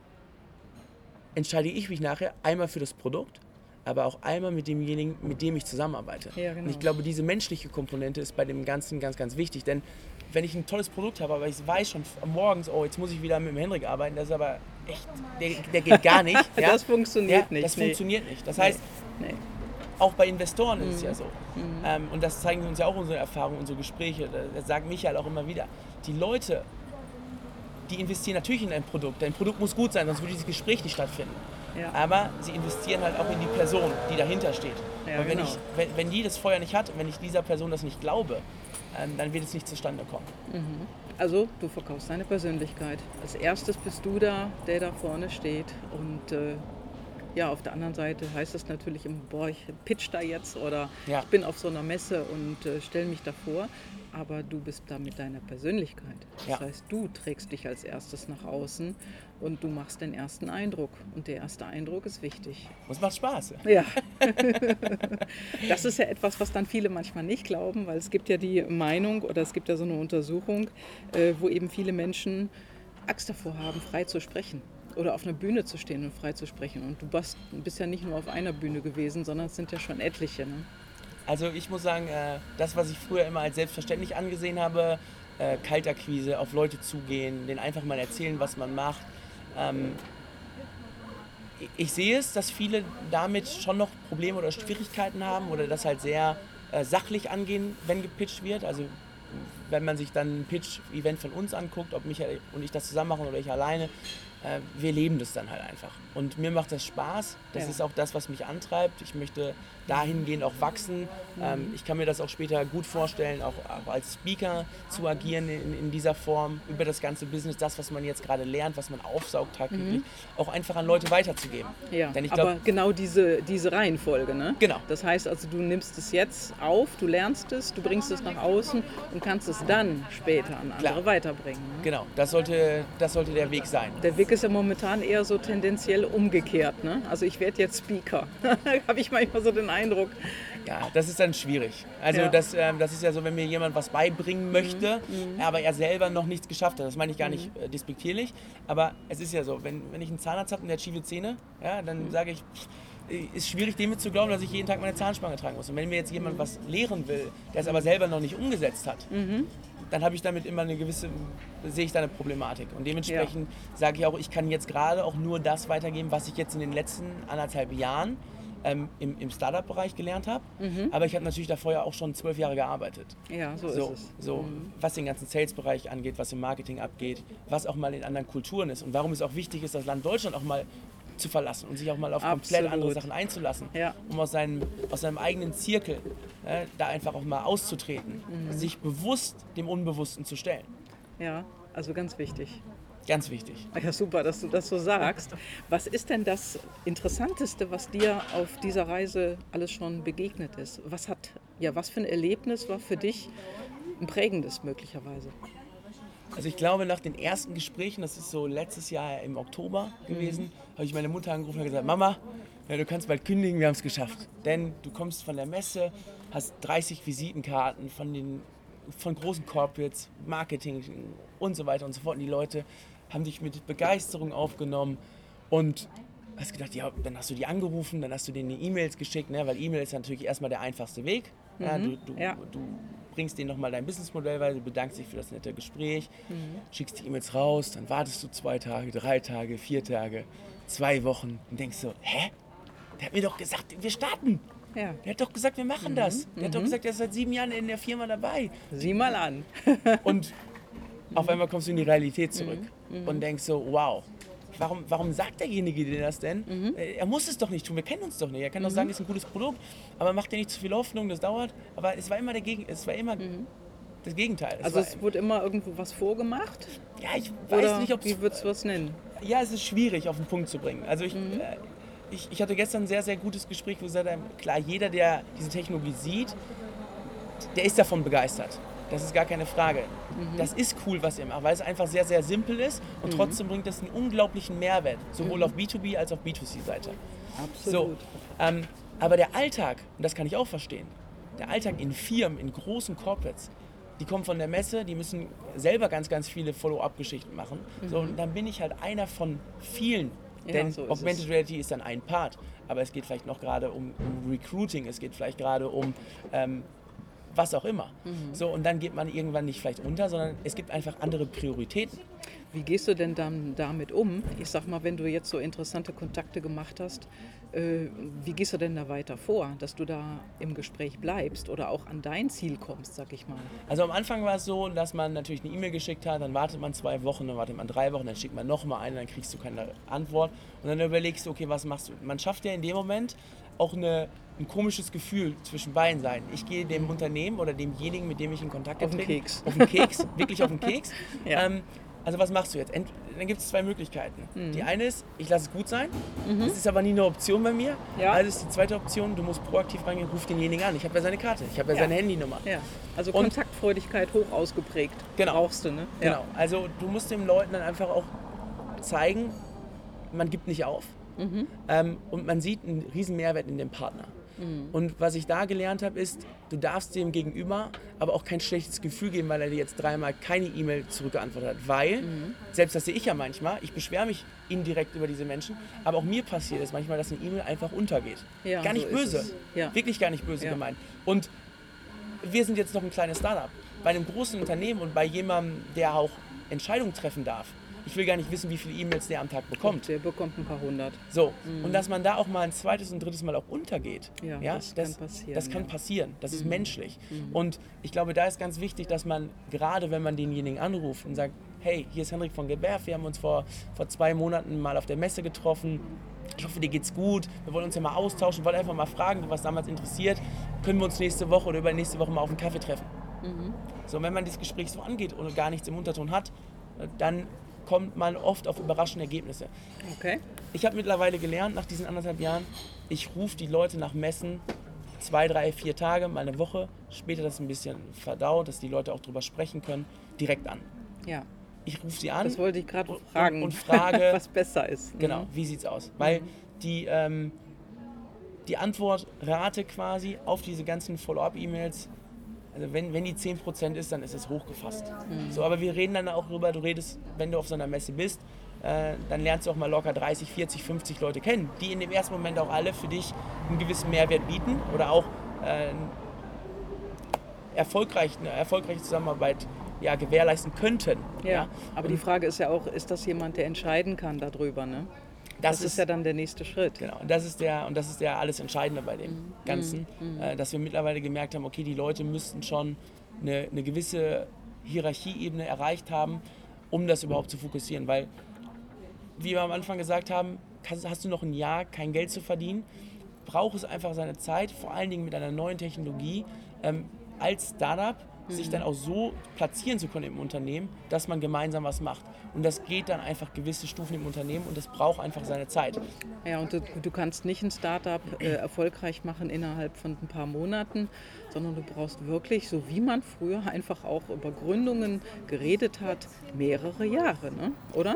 entscheide ich mich nachher einmal für das Produkt, aber auch einmal mit demjenigen, mit dem ich zusammenarbeite. Ja, genau. Und ich glaube, diese menschliche Komponente ist bei dem Ganzen ganz, ganz wichtig, denn wenn ich ein tolles Produkt habe, aber ich weiß schon morgens, oh, jetzt muss ich wieder mit dem Henrik arbeiten, das ist aber echt, der, der geht gar nicht. Ja? Das funktioniert ja, nicht. Das nee. funktioniert nicht. Das heißt, nee. auch bei Investoren mhm. ist es ja so. Mhm. Ähm, und das zeigen uns ja auch unsere Erfahrungen, unsere Gespräche. Das sagt Michael auch immer wieder. Die Leute, die investieren natürlich in ein Produkt. Dein Produkt muss gut sein, sonst würde dieses Gespräch nicht stattfinden. Ja. Aber sie investieren halt auch in die Person, die dahinter steht. Ja, und wenn, genau. ich, wenn, wenn die das Feuer nicht hat und wenn ich dieser Person das nicht glaube, ähm, dann wird es nicht zustande kommen. Mhm. Also du verkaufst deine Persönlichkeit. Als erstes bist du da, der da vorne steht und äh, Ja, auf der anderen Seite heißt es natürlich immer, boah, ich pitch da jetzt oder Ja. ich bin auf so einer Messe und äh, stelle mich davor. Aber du bist da mit deiner Persönlichkeit. Das Ja. heißt, du trägst dich als erstes nach außen und du machst den ersten Eindruck. Und der erste Eindruck ist wichtig. Und es macht Spaß. Ja, das ist ja etwas, was dann viele manchmal nicht glauben, weil es gibt ja die Meinung oder es gibt ja so eine Untersuchung, äh, wo eben viele Menschen Angst davor haben, frei zu sprechen oder auf einer Bühne zu stehen und frei zu sprechen. Und du bist, bist ja nicht nur auf einer Bühne gewesen, sondern es sind ja schon etliche. Ne? Also ich muss sagen, äh, das, was ich früher immer als selbstverständlich angesehen habe, äh, Kaltakquise, auf Leute zugehen, denen einfach mal erzählen, was man macht. Ähm, ich, ich sehe es, dass viele damit schon noch Probleme oder Schwierigkeiten haben oder das halt sehr äh, sachlich angehen, wenn gepitcht wird. Also wenn man sich dann ein Pitch-Event von uns anguckt, ob Michael und ich das zusammen machen oder ich alleine, äh, wir leben das dann halt einfach. Und mir macht das Spaß. Das Ja. ist auch das, was mich antreibt. Ich möchte dahingehend auch wachsen. Mhm. Ähm, ich kann mir das auch später gut vorstellen, auch, auch als Speaker zu agieren in, in dieser Form, über das ganze Business, das, was man jetzt gerade lernt, was man aufsaugt tagtäglich, mhm. auch einfach an Leute weiterzugeben. Ja, Denn ich aber glaub, genau diese, diese Reihenfolge, ne? Genau. Das heißt also, du nimmst es jetzt auf, du lernst es, du bringst es nach außen und kannst es dann später an andere Klar. weiterbringen. Ne? Genau, das sollte, das sollte der Weg sein. Der Weg ist ja momentan eher so tendenziell umgekehrt. Ne? Also ich werde jetzt Speaker, habe ich manchmal so den Eindruck. Ja, das ist dann schwierig. Also Ja. das, ähm, das ist ja so, wenn mir jemand was beibringen möchte, Mhm. aber er selber noch nichts geschafft hat. Das meine ich gar nicht äh, despektierlich, aber es ist ja so, wenn, wenn ich einen Zahnarzt habe und der hat schiefe Zähne, ja, dann Mhm. sage ich, pff, ist schwierig dem zu glauben, dass ich jeden Tag meine Zahnspange tragen muss. Und wenn mir jetzt jemand was lehren will, der es aber selber noch nicht umgesetzt hat, Mhm. dann habe ich damit immer eine gewisse, sehe ich da eine Problematik. Und dementsprechend sage ich auch, ich kann jetzt gerade auch nur das weitergeben, was ich jetzt in den letzten anderthalb Jahren ähm, im, im Startup-Bereich gelernt habe. Mhm. Aber ich habe natürlich davor ja auch schon zwölf Jahre gearbeitet. Ja, so, So, ist es. so Mhm. was den ganzen Sales-Bereich angeht, was im Marketing abgeht, was auch mal in anderen Kulturen ist und warum es auch wichtig ist, das Land Deutschland auch mal zu verlassen und sich auch mal auf komplett Absolut. andere Sachen einzulassen, Ja. um aus seinem, aus seinem eigenen Zirkel äh, da einfach auch mal auszutreten, Mhm. sich bewusst dem Unbewussten zu stellen. Ja, also ganz wichtig. Ganz wichtig. Ja, super, dass du das so sagst. Was ist denn das Interessanteste, was dir auf dieser Reise alles schon begegnet ist? Was hat, ja, was für ein Erlebnis war für dich ein prägendes möglicherweise? Also ich glaube, nach den ersten Gesprächen, das ist so letztes Jahr im Oktober gewesen, mhm. habe ich meine Mutter angerufen und gesagt, Mama, ja, du kannst bald kündigen, wir haben es geschafft. Denn du kommst von der Messe, hast dreißig Visitenkarten von, den, von großen Corporates, Marketing und so weiter und so fort. Und die Leute haben dich mit Begeisterung aufgenommen und hast gedacht, ja, dann hast du die angerufen, dann hast du denen E-Mails geschickt, ne? Weil E-Mail ist natürlich erstmal der einfachste Weg. Mhm. Ja, du, du, ja. du bringst denen nochmal dein Businessmodell bei, du bedankst dich für das nette Gespräch, mhm. schickst die E-Mails raus, dann wartest du zwei Tage, drei Tage, vier Tage, zwei Wochen und denkst so, hä? Der hat mir doch gesagt, wir starten. Ja. Der hat doch gesagt, wir machen Mhm. das. Der mhm. hat doch gesagt, er ist seit sieben Jahren in der Firma dabei. Sieh mal an. Und auf einmal kommst du in die Realität zurück Mhm. und denkst so, wow, warum, warum sagt derjenige dir das denn? Mhm. Er muss es doch nicht tun, wir kennen uns doch nicht. Er kann doch Mhm. sagen, es ist ein gutes Produkt, aber macht dir nicht zu viel Hoffnung, das dauert. Aber es war immer, der Gegen, es war immer Mhm. das Gegenteil. Es Also war, es wurde immer irgendwo was vorgemacht? ja, ich weiß Oder nicht, ob wie würdest du was nennen? Ja, es ist schwierig auf den Punkt zu bringen. Also ich, Mhm. äh, ich, ich hatte gestern ein sehr, sehr gutes Gespräch, wo gesagt haben, klar, jeder, der diese Technologie sieht, der ist davon begeistert. Das ist gar keine Frage. Mhm. Das ist cool, was ihr macht, weil es einfach sehr, sehr simpel ist und Mhm. trotzdem bringt es einen unglaublichen Mehrwert, sowohl Mhm. auf B zwei B als auch B zwei C-Seite. Absolut. So, ähm, aber der Alltag, und das kann ich auch verstehen, der Alltag in Firmen, in großen Corporates, die kommen von der Messe, die müssen selber ganz, ganz viele Follow-up-Geschichten machen. So, und dann bin ich halt einer von vielen. Ja, Denn so ist Augmented es. Reality ist dann ein Part, aber es geht vielleicht noch gerade um, um Recruiting, es geht vielleicht gerade um ähm, was auch immer. Mhm. So, und dann geht man irgendwann nicht vielleicht unter, sondern es gibt einfach andere Prioritäten. Wie gehst du denn dann damit um? Ich sag mal, wenn du jetzt so interessante Kontakte gemacht hast, äh, wie gehst du denn da weiter vor, dass du da im Gespräch bleibst oder auch an dein Ziel kommst, sag ich mal? Also am Anfang war es so, dass man natürlich eine E-Mail geschickt hat, dann wartet man zwei Wochen, dann wartet man drei Wochen, dann schickt man nochmal eine, dann kriegst du keine Antwort und dann überlegst du, okay, was machst du? Man schafft ja in dem Moment auch eine, ein komisches Gefühl zwischen beiden Seiten. Ich gehe dem Unternehmen oder demjenigen, mit dem ich in Kontakt Auf den getreten Keks. auf den Keks, wirklich auf den Keks. Ja. Ähm, also was machst du jetzt? Ent- dann gibt es zwei Möglichkeiten. Mhm. Die eine ist, ich lasse es gut sein. Mhm. Das ist aber nie eine Option bei mir. Ja. Also ist die zweite Option, du musst proaktiv reingehen, ruf denjenigen an. Ich habe ja seine Karte, ich habe ja, Ja. seine Handynummer. Ja, also Und- Kontaktfreudigkeit hoch ausgeprägt. Genau. Brauchst du, ne? Genau. Also du musst den Leuten dann einfach auch zeigen, man gibt nicht auf. Mhm. Ähm, und man sieht einen riesen Mehrwert in dem Partner. Mhm. Und was ich da gelernt habe, ist, du darfst dem Gegenüber aber auch kein schlechtes Gefühl geben, weil er dir jetzt dreimal keine E-Mail zurückgeantwortet hat. Weil, Mhm. selbst das sehe ich ja manchmal, ich beschwere mich indirekt über diese Menschen, aber auch mir passiert es manchmal, dass eine E-Mail einfach untergeht. Ja, gar nicht so ist böse. es. Ja. Wirklich gar nicht böse Ja. gemeint. Und wir sind jetzt noch ein kleines Startup. Bei einem großen Unternehmen und bei jemandem, der auch Entscheidungen treffen darf. Ich will gar nicht wissen, wie viele E-Mails der am Tag bekommt. Der bekommt ein paar hundert. So, und dass man da auch mal ein zweites und drittes Mal auch untergeht, Ja, ja, das das, kann passieren, das kann ja. passieren, das ist menschlich. Und ich glaube, da ist ganz wichtig, dass man, gerade wenn man denjenigen anruft und sagt, hey, hier ist Henrik von Geberf, wir haben uns vor, vor zwei Monaten mal auf der Messe getroffen, ich hoffe, dir geht's gut, wir wollen uns ja mal austauschen, wollen einfach mal fragen, was damals interessiert, können wir uns nächste Woche oder übernächste Woche mal auf einen Kaffee treffen. Mhm. So, wenn man das Gespräch so angeht und gar nichts im Unterton hat, dann kommt man oft auf überraschende Ergebnisse. Okay. Ich habe mittlerweile gelernt, nach diesen anderthalb Jahren, ich rufe die Leute nach Messen zwei, drei, vier Tage, mal eine Woche, später das ein bisschen verdaut, dass die Leute auch drüber sprechen können, direkt an. Ja, Ich rufe sie an das wollte ich gerade und, fragen, und, und frage, was besser ist. genau, wie sieht's aus? Weil die, ähm, die Antwortrate quasi auf diese ganzen Follow-up-E-Mails, also wenn, wenn die zehn Prozent ist, dann ist es hochgefasst. Mhm. So, aber wir reden dann auch drüber, du redest, wenn du auf so einer Messe bist, äh, dann lernst du auch mal locker dreißig, vierzig, fünfzig Leute kennen, die in dem ersten Moment auch alle für dich einen gewissen Mehrwert bieten oder auch äh, erfolgreich, eine erfolgreiche Zusammenarbeit ja, gewährleisten könnten. Ja, aber die Frage ist ja auch, ist das jemand, der entscheiden kann darüber, ne? Das, Das ist ja dann der nächste Schritt. Genau, und das ist der und das ist der alles Entscheidende bei dem Mhm. Ganzen, äh, dass wir mittlerweile gemerkt haben, okay, die Leute müssten schon eine, eine gewisse Hierarchieebene erreicht haben, um das überhaupt zu fokussieren, weil, wie wir am Anfang gesagt haben, hast, hast du noch ein Jahr kein Geld zu verdienen, braucht es einfach seine Zeit, vor allen Dingen mit einer neuen Technologie, ähm, als Startup sich dann auch so platzieren zu können im Unternehmen, dass man gemeinsam was macht. Und das geht dann einfach gewisse Stufen im Unternehmen und das braucht einfach seine Zeit. Ja, und du, du kannst nicht ein Startup äh, erfolgreich machen innerhalb von ein paar Monaten, sondern du brauchst wirklich, so wie man früher einfach auch über Gründungen geredet hat, mehrere Jahre, ne? Oder?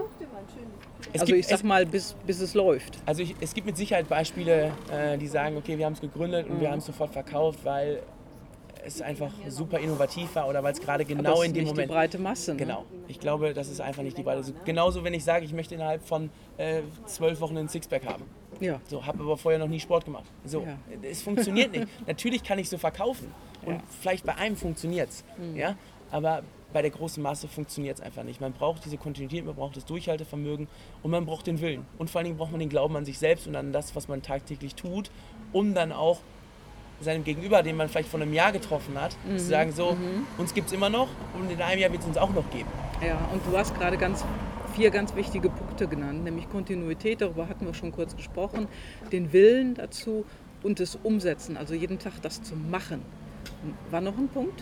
Es also gibt- ich sag es- mal, bis, bis es läuft. Also ich, es gibt mit Sicherheit Beispiele, äh, die sagen, okay, wir haben es gegründet und wir haben es sofort verkauft, weil es einfach super innovativ war oder weil es gerade Aber genau es ist in dem nicht Moment... die breite Masse. Ne? Genau. Ich glaube, das ist einfach nicht die breite Masse. Genauso, wenn ich sage, ich möchte innerhalb von äh, zwölf Wochen einen Sixpack haben. Ja. So, habe aber vorher noch nie Sport gemacht. So, Ja. es funktioniert nicht. Natürlich kann ich so verkaufen und Ja. vielleicht bei einem funktioniert es, ja? Aber bei der großen Masse funktioniert es einfach nicht. Man braucht diese Kontinuität, man braucht das Durchhaltevermögen und man braucht den Willen. Und vor allen Dingen braucht man den Glauben an sich selbst und an das, was man tagtäglich tut, um dann auch seinem Gegenüber, den man vielleicht vor einem Jahr getroffen hat, zu sagen, so, uns gibt es immer noch und in einem Jahr wird es uns auch noch geben. Ja, und du hast gerade ganz vier ganz wichtige Punkte genannt, nämlich Kontinuität, darüber hatten wir schon kurz gesprochen, den Willen dazu und das Umsetzen, also jeden Tag das zu machen. War noch ein Punkt?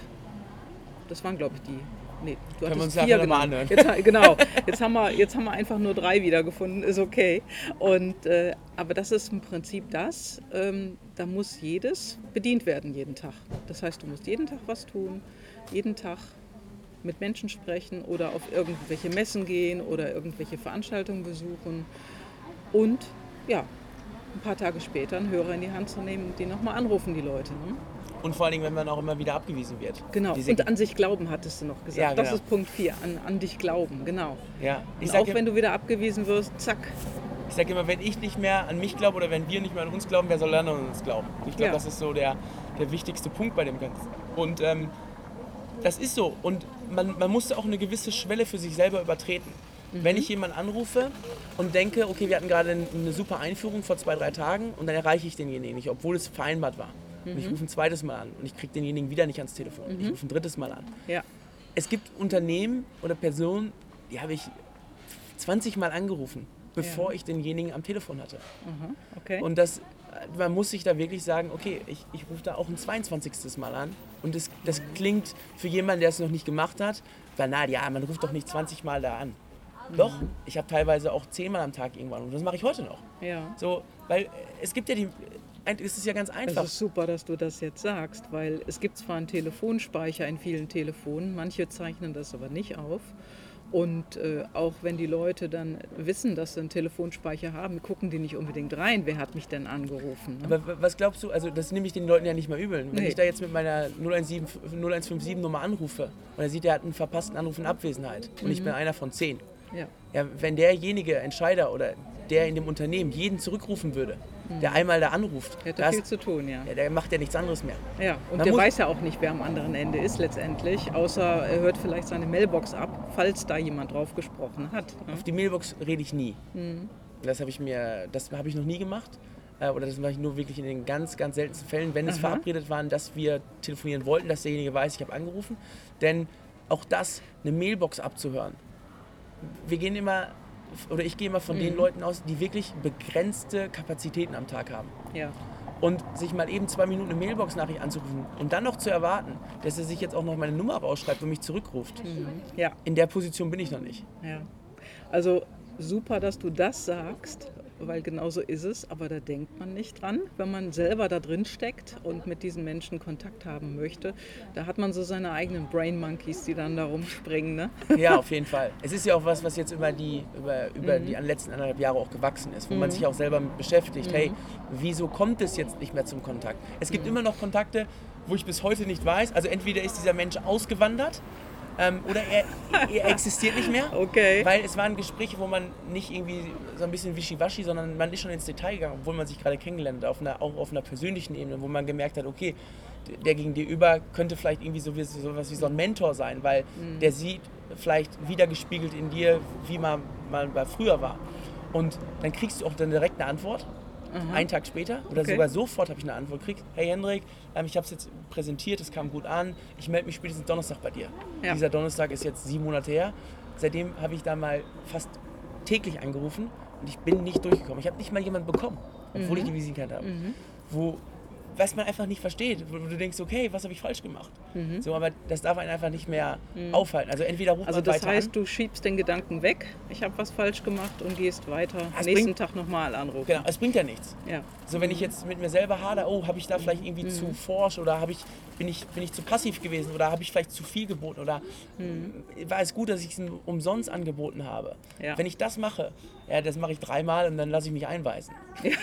Das waren, glaube ich, die. Nee, du Können wir hattest uns vier nachher noch mal genannt. anhören. Jetzt, ha- genau, jetzt haben, wir, jetzt haben wir einfach nur drei wiedergefunden, ist okay. Und, äh, aber das ist im Prinzip das, ähm, da muss jedes bedient werden jeden Tag. Das heißt, du musst jeden Tag was tun, jeden Tag mit Menschen sprechen oder auf irgendwelche Messen gehen oder irgendwelche Veranstaltungen besuchen und ja, ein paar Tage später einen Hörer in die Hand zu nehmen und die nochmal anrufen, die Leute. Ne? Und vor allen Dingen, wenn man auch immer wieder abgewiesen wird. Genau, Diese, und an sich glauben, hattest du noch gesagt. Ja, Das genau. ist Punkt vier, an, an dich glauben, genau. ja, ich Und auch sage wenn du wieder abgewiesen wirst, zack. ich sag immer, wenn ich nicht mehr an mich glaube oder wenn wir nicht mehr an uns glauben, wer soll dann an uns glauben? Und ich glaube, Ja. das ist so der, der wichtigste Punkt bei dem Ganzen. Und ähm, das ist so. Und man, man musste auch eine gewisse Schwelle für sich selber übertreten. Wenn ich jemanden anrufe und denke, okay, wir hatten gerade eine super Einführung vor zwei, drei Tagen und dann erreiche ich denjenigen nicht, obwohl es vereinbart war. Und ich rufe ein zweites Mal an und ich kriege denjenigen wieder nicht ans Telefon. Ich rufe ein drittes Mal an. Ja, Es gibt Unternehmen oder Personen, die habe ich zwanzig Mal angerufen, bevor Ja. ich denjenigen am Telefon hatte. aha, okay. Und das man muss sich da wirklich sagen, okay, ich, ich rufe da auch ein zweiundzwanzigstes Mal an. Und das, das klingt für jemanden, der es noch nicht gemacht hat, banal, ja, man ruft doch nicht zwanzig Mal da an. Mhm. Doch, ich habe teilweise auch zehn Mal am Tag irgendwann und das mache ich heute noch. Ja. So, weil es gibt ja die, es ist ja ganz einfach. Es ist super, dass du das jetzt sagst, weil es gibt zwar einen Telefonspeicher in vielen Telefonen, manche zeichnen das aber nicht auf. Und äh, auch wenn die Leute dann wissen, dass sie einen Telefonspeicher haben, gucken die nicht unbedingt rein, wer hat mich denn angerufen. Ne? Aber was glaubst du, also das nehme ich den Leuten ja nicht mal übel. Wenn Nee. ich da jetzt mit meiner null eins fünf sieben Nummer anrufe und er sieht, der hat einen verpassten Anruf in Abwesenheit und Mhm. ich bin einer von zehn. Ja. Ja, wenn derjenige Entscheider oder der in dem Unternehmen jeden zurückrufen würde, der einmal da anruft, Der hat da da viel ist- zu tun, ja. ja, der macht ja nichts anderes mehr. Ja, und Man der muss- weiß ja auch nicht, wer am anderen Ende ist letztendlich, außer er hört vielleicht seine Mailbox ab, falls da jemand drauf gesprochen hat. Ne? Auf die Mailbox rede ich nie. Mhm. Das habe ich mir, das habe ich noch nie gemacht. Äh, Oder das mache ich nur wirklich in den ganz, ganz seltensten Fällen, wenn es Aha. verabredet waren, dass wir telefonieren wollten, dass derjenige weiß, ich habe angerufen. Denn auch das, eine Mailbox abzuhören. Wir gehen immer, oder ich gehe immer von den Mhm. Leuten aus, die wirklich begrenzte Kapazitäten am Tag haben. Ja. Und sich mal eben zwei Minuten eine Mailbox-Nachricht anzurufen und dann noch zu erwarten, dass er sich jetzt auch noch meine Nummer rausschreibt und mich zurückruft. Ja. In der Position bin ich noch nicht. Ja, also super, dass du das sagst, weil genau so ist es, aber da denkt man nicht dran, wenn man selber da drin steckt und mit diesen Menschen Kontakt haben möchte. Da hat man so seine eigenen Brain Monkeys, die dann da rumspringen, ne? Ja, auf jeden Fall. Es ist ja auch was, was jetzt über die, über, über die letzten anderthalb Jahre auch gewachsen ist, wo man sich auch selber mit beschäftigt. Hey, wieso kommt es jetzt nicht mehr zum Kontakt? Es gibt immer noch Kontakte, wo ich bis heute nicht weiß. Also entweder ist dieser Mensch ausgewandert ähm, oder er, er existiert nicht mehr. Okay. Weil es waren Gespräche, wo man nicht irgendwie so ein bisschen wischiwaschi, sondern man ist schon ins Detail gegangen, obwohl man sich gerade kennengelernt hat, auf einer, auch auf einer persönlichen Ebene, wo man gemerkt hat, okay, der gegenüber könnte vielleicht irgendwie so wie, so was wie so ein Mentor sein, weil der sieht vielleicht wiedergespiegelt in dir, wie man mal bei früher war. Und dann kriegst du auch dann direkt eine Antwort, einen Tag später oder Okay. sogar sofort habe ich eine Antwort gekriegt. Hey Hendrik, ähm, ich habe es jetzt präsentiert, es kam gut an, ich melde mich spätestens Donnerstag bei dir. Ja. Dieser Donnerstag ist jetzt sieben Monate her. Seitdem habe ich da mal fast täglich angerufen und ich bin nicht durchgekommen. Ich habe nicht mal jemanden bekommen, obwohl ich die Visitenkarte habe. Wo, was man einfach nicht versteht, wo du denkst, okay, was habe ich falsch gemacht? So, aber das darf einen einfach nicht mehr aufhalten. Also entweder ruft Also man das weiter heißt, an. du schiebst den Gedanken weg, ich habe was falsch gemacht und gehst weiter, Es nächsten bringt- Tag nochmal anrufen. Genau, es bringt ja nichts. Ja. So, wenn ich jetzt mit mir selber hader, oh, habe ich da vielleicht irgendwie zu forsch oder habe ich, bin, ich, bin ich zu passiv gewesen oder habe ich vielleicht zu viel geboten oder war es gut, dass ich es umsonst angeboten habe. Ja. Wenn ich das mache, ja, das mache ich dreimal und dann lasse ich mich einweisen.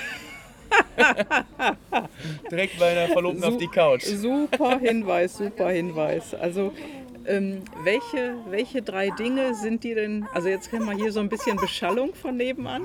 Direkt bei einer Verlobten auf die Couch. Super Hinweis, super Hinweis. Also ähm, welche, welche drei Dinge sind die denn, also jetzt kriegen wir hier so ein bisschen Beschallung von nebenan.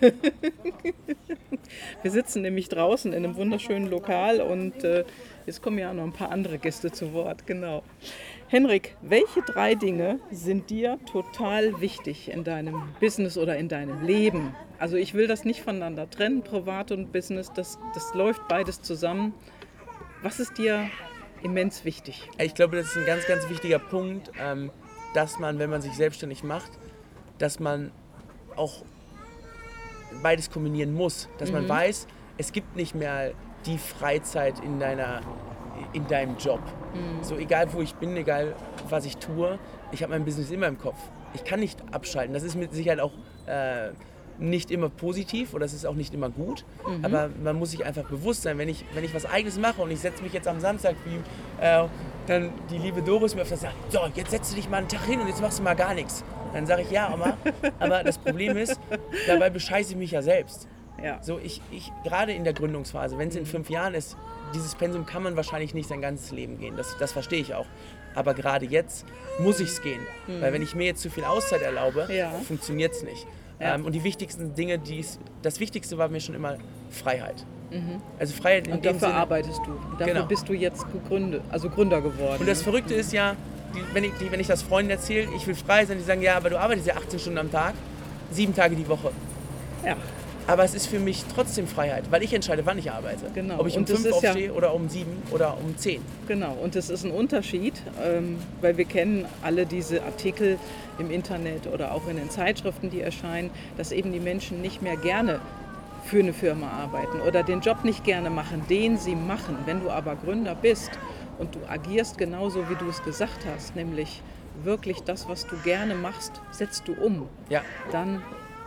Wir sitzen nämlich draußen in einem wunderschönen Lokal und äh, jetzt kommen ja noch ein paar andere Gäste zu Wort, genau. Henrik, welche drei Dinge sind dir total wichtig in deinem Business oder in deinem Leben? Also ich will das nicht voneinander trennen, Privat und Business, das, das läuft beides zusammen. Was ist dir immens wichtig? Ich glaube, das ist ein ganz, ganz wichtiger Punkt, ähm, dass man, wenn man sich selbstständig macht, dass man auch beides kombinieren muss. Dass man weiß, es gibt nicht mehr die Freizeit in, deiner, in deinem Job. So egal, wo ich bin, egal, was ich tue, ich habe mein Business immer im Kopf. Ich kann nicht abschalten. Das ist mit Sicherheit auch äh, nicht immer positiv oder es ist auch nicht immer gut. Aber man muss sich einfach bewusst sein, wenn ich, wenn ich was Eigenes mache und ich setze mich jetzt am Samstag, wie äh, dann die liebe Doris mir öfters sagt, so, jetzt setzt du dich mal einen Tag hin und jetzt machst du mal gar nichts. Dann sage ich, ja, Oma, aber das Problem ist, dabei bescheiße ich mich ja selbst. Ja. So, ich, ich gerade in der Gründungsphase, wenn es in fünf Jahren ist, dieses Pensum kann man wahrscheinlich nicht sein ganzes Leben gehen. Das, das verstehe ich auch. Aber gerade jetzt muss ich es gehen. Weil wenn ich mir jetzt zu viel Auszeit erlaube, Ja. funktioniert es nicht. Ja. Ähm, und die wichtigsten Dinge, die ist, das Wichtigste war mir schon immer Freiheit. Also Freiheit in Und dem dafür Sinne. arbeitest du. Dafür Genau. bist du jetzt gegründet, also Gründer geworden. Und das Verrückte ist ja, die, wenn, ich, die, wenn ich das Freunden erzähle, ich will frei sein, die sagen, ja, aber du arbeitest ja achtzehn Stunden am Tag, sieben Tage die Woche. ja. Aber es ist für mich trotzdem Freiheit, weil ich entscheide, wann ich arbeite. Genau. Ob ich um Und das fünf ist ja- aufstehe oder um sieben oder um zehn. Genau, und das ist ein Unterschied, ähm, weil wir kennen alle diese Artikel im Internet oder auch in den Zeitschriften, die erscheinen, dass eben die Menschen nicht mehr gerne für eine Firma arbeiten oder den Job nicht gerne machen, den sie machen. Wenn du aber Gründer bist und du agierst genauso, wie du es gesagt hast, nämlich wirklich das, was du gerne machst, setzt du um, Ja. dann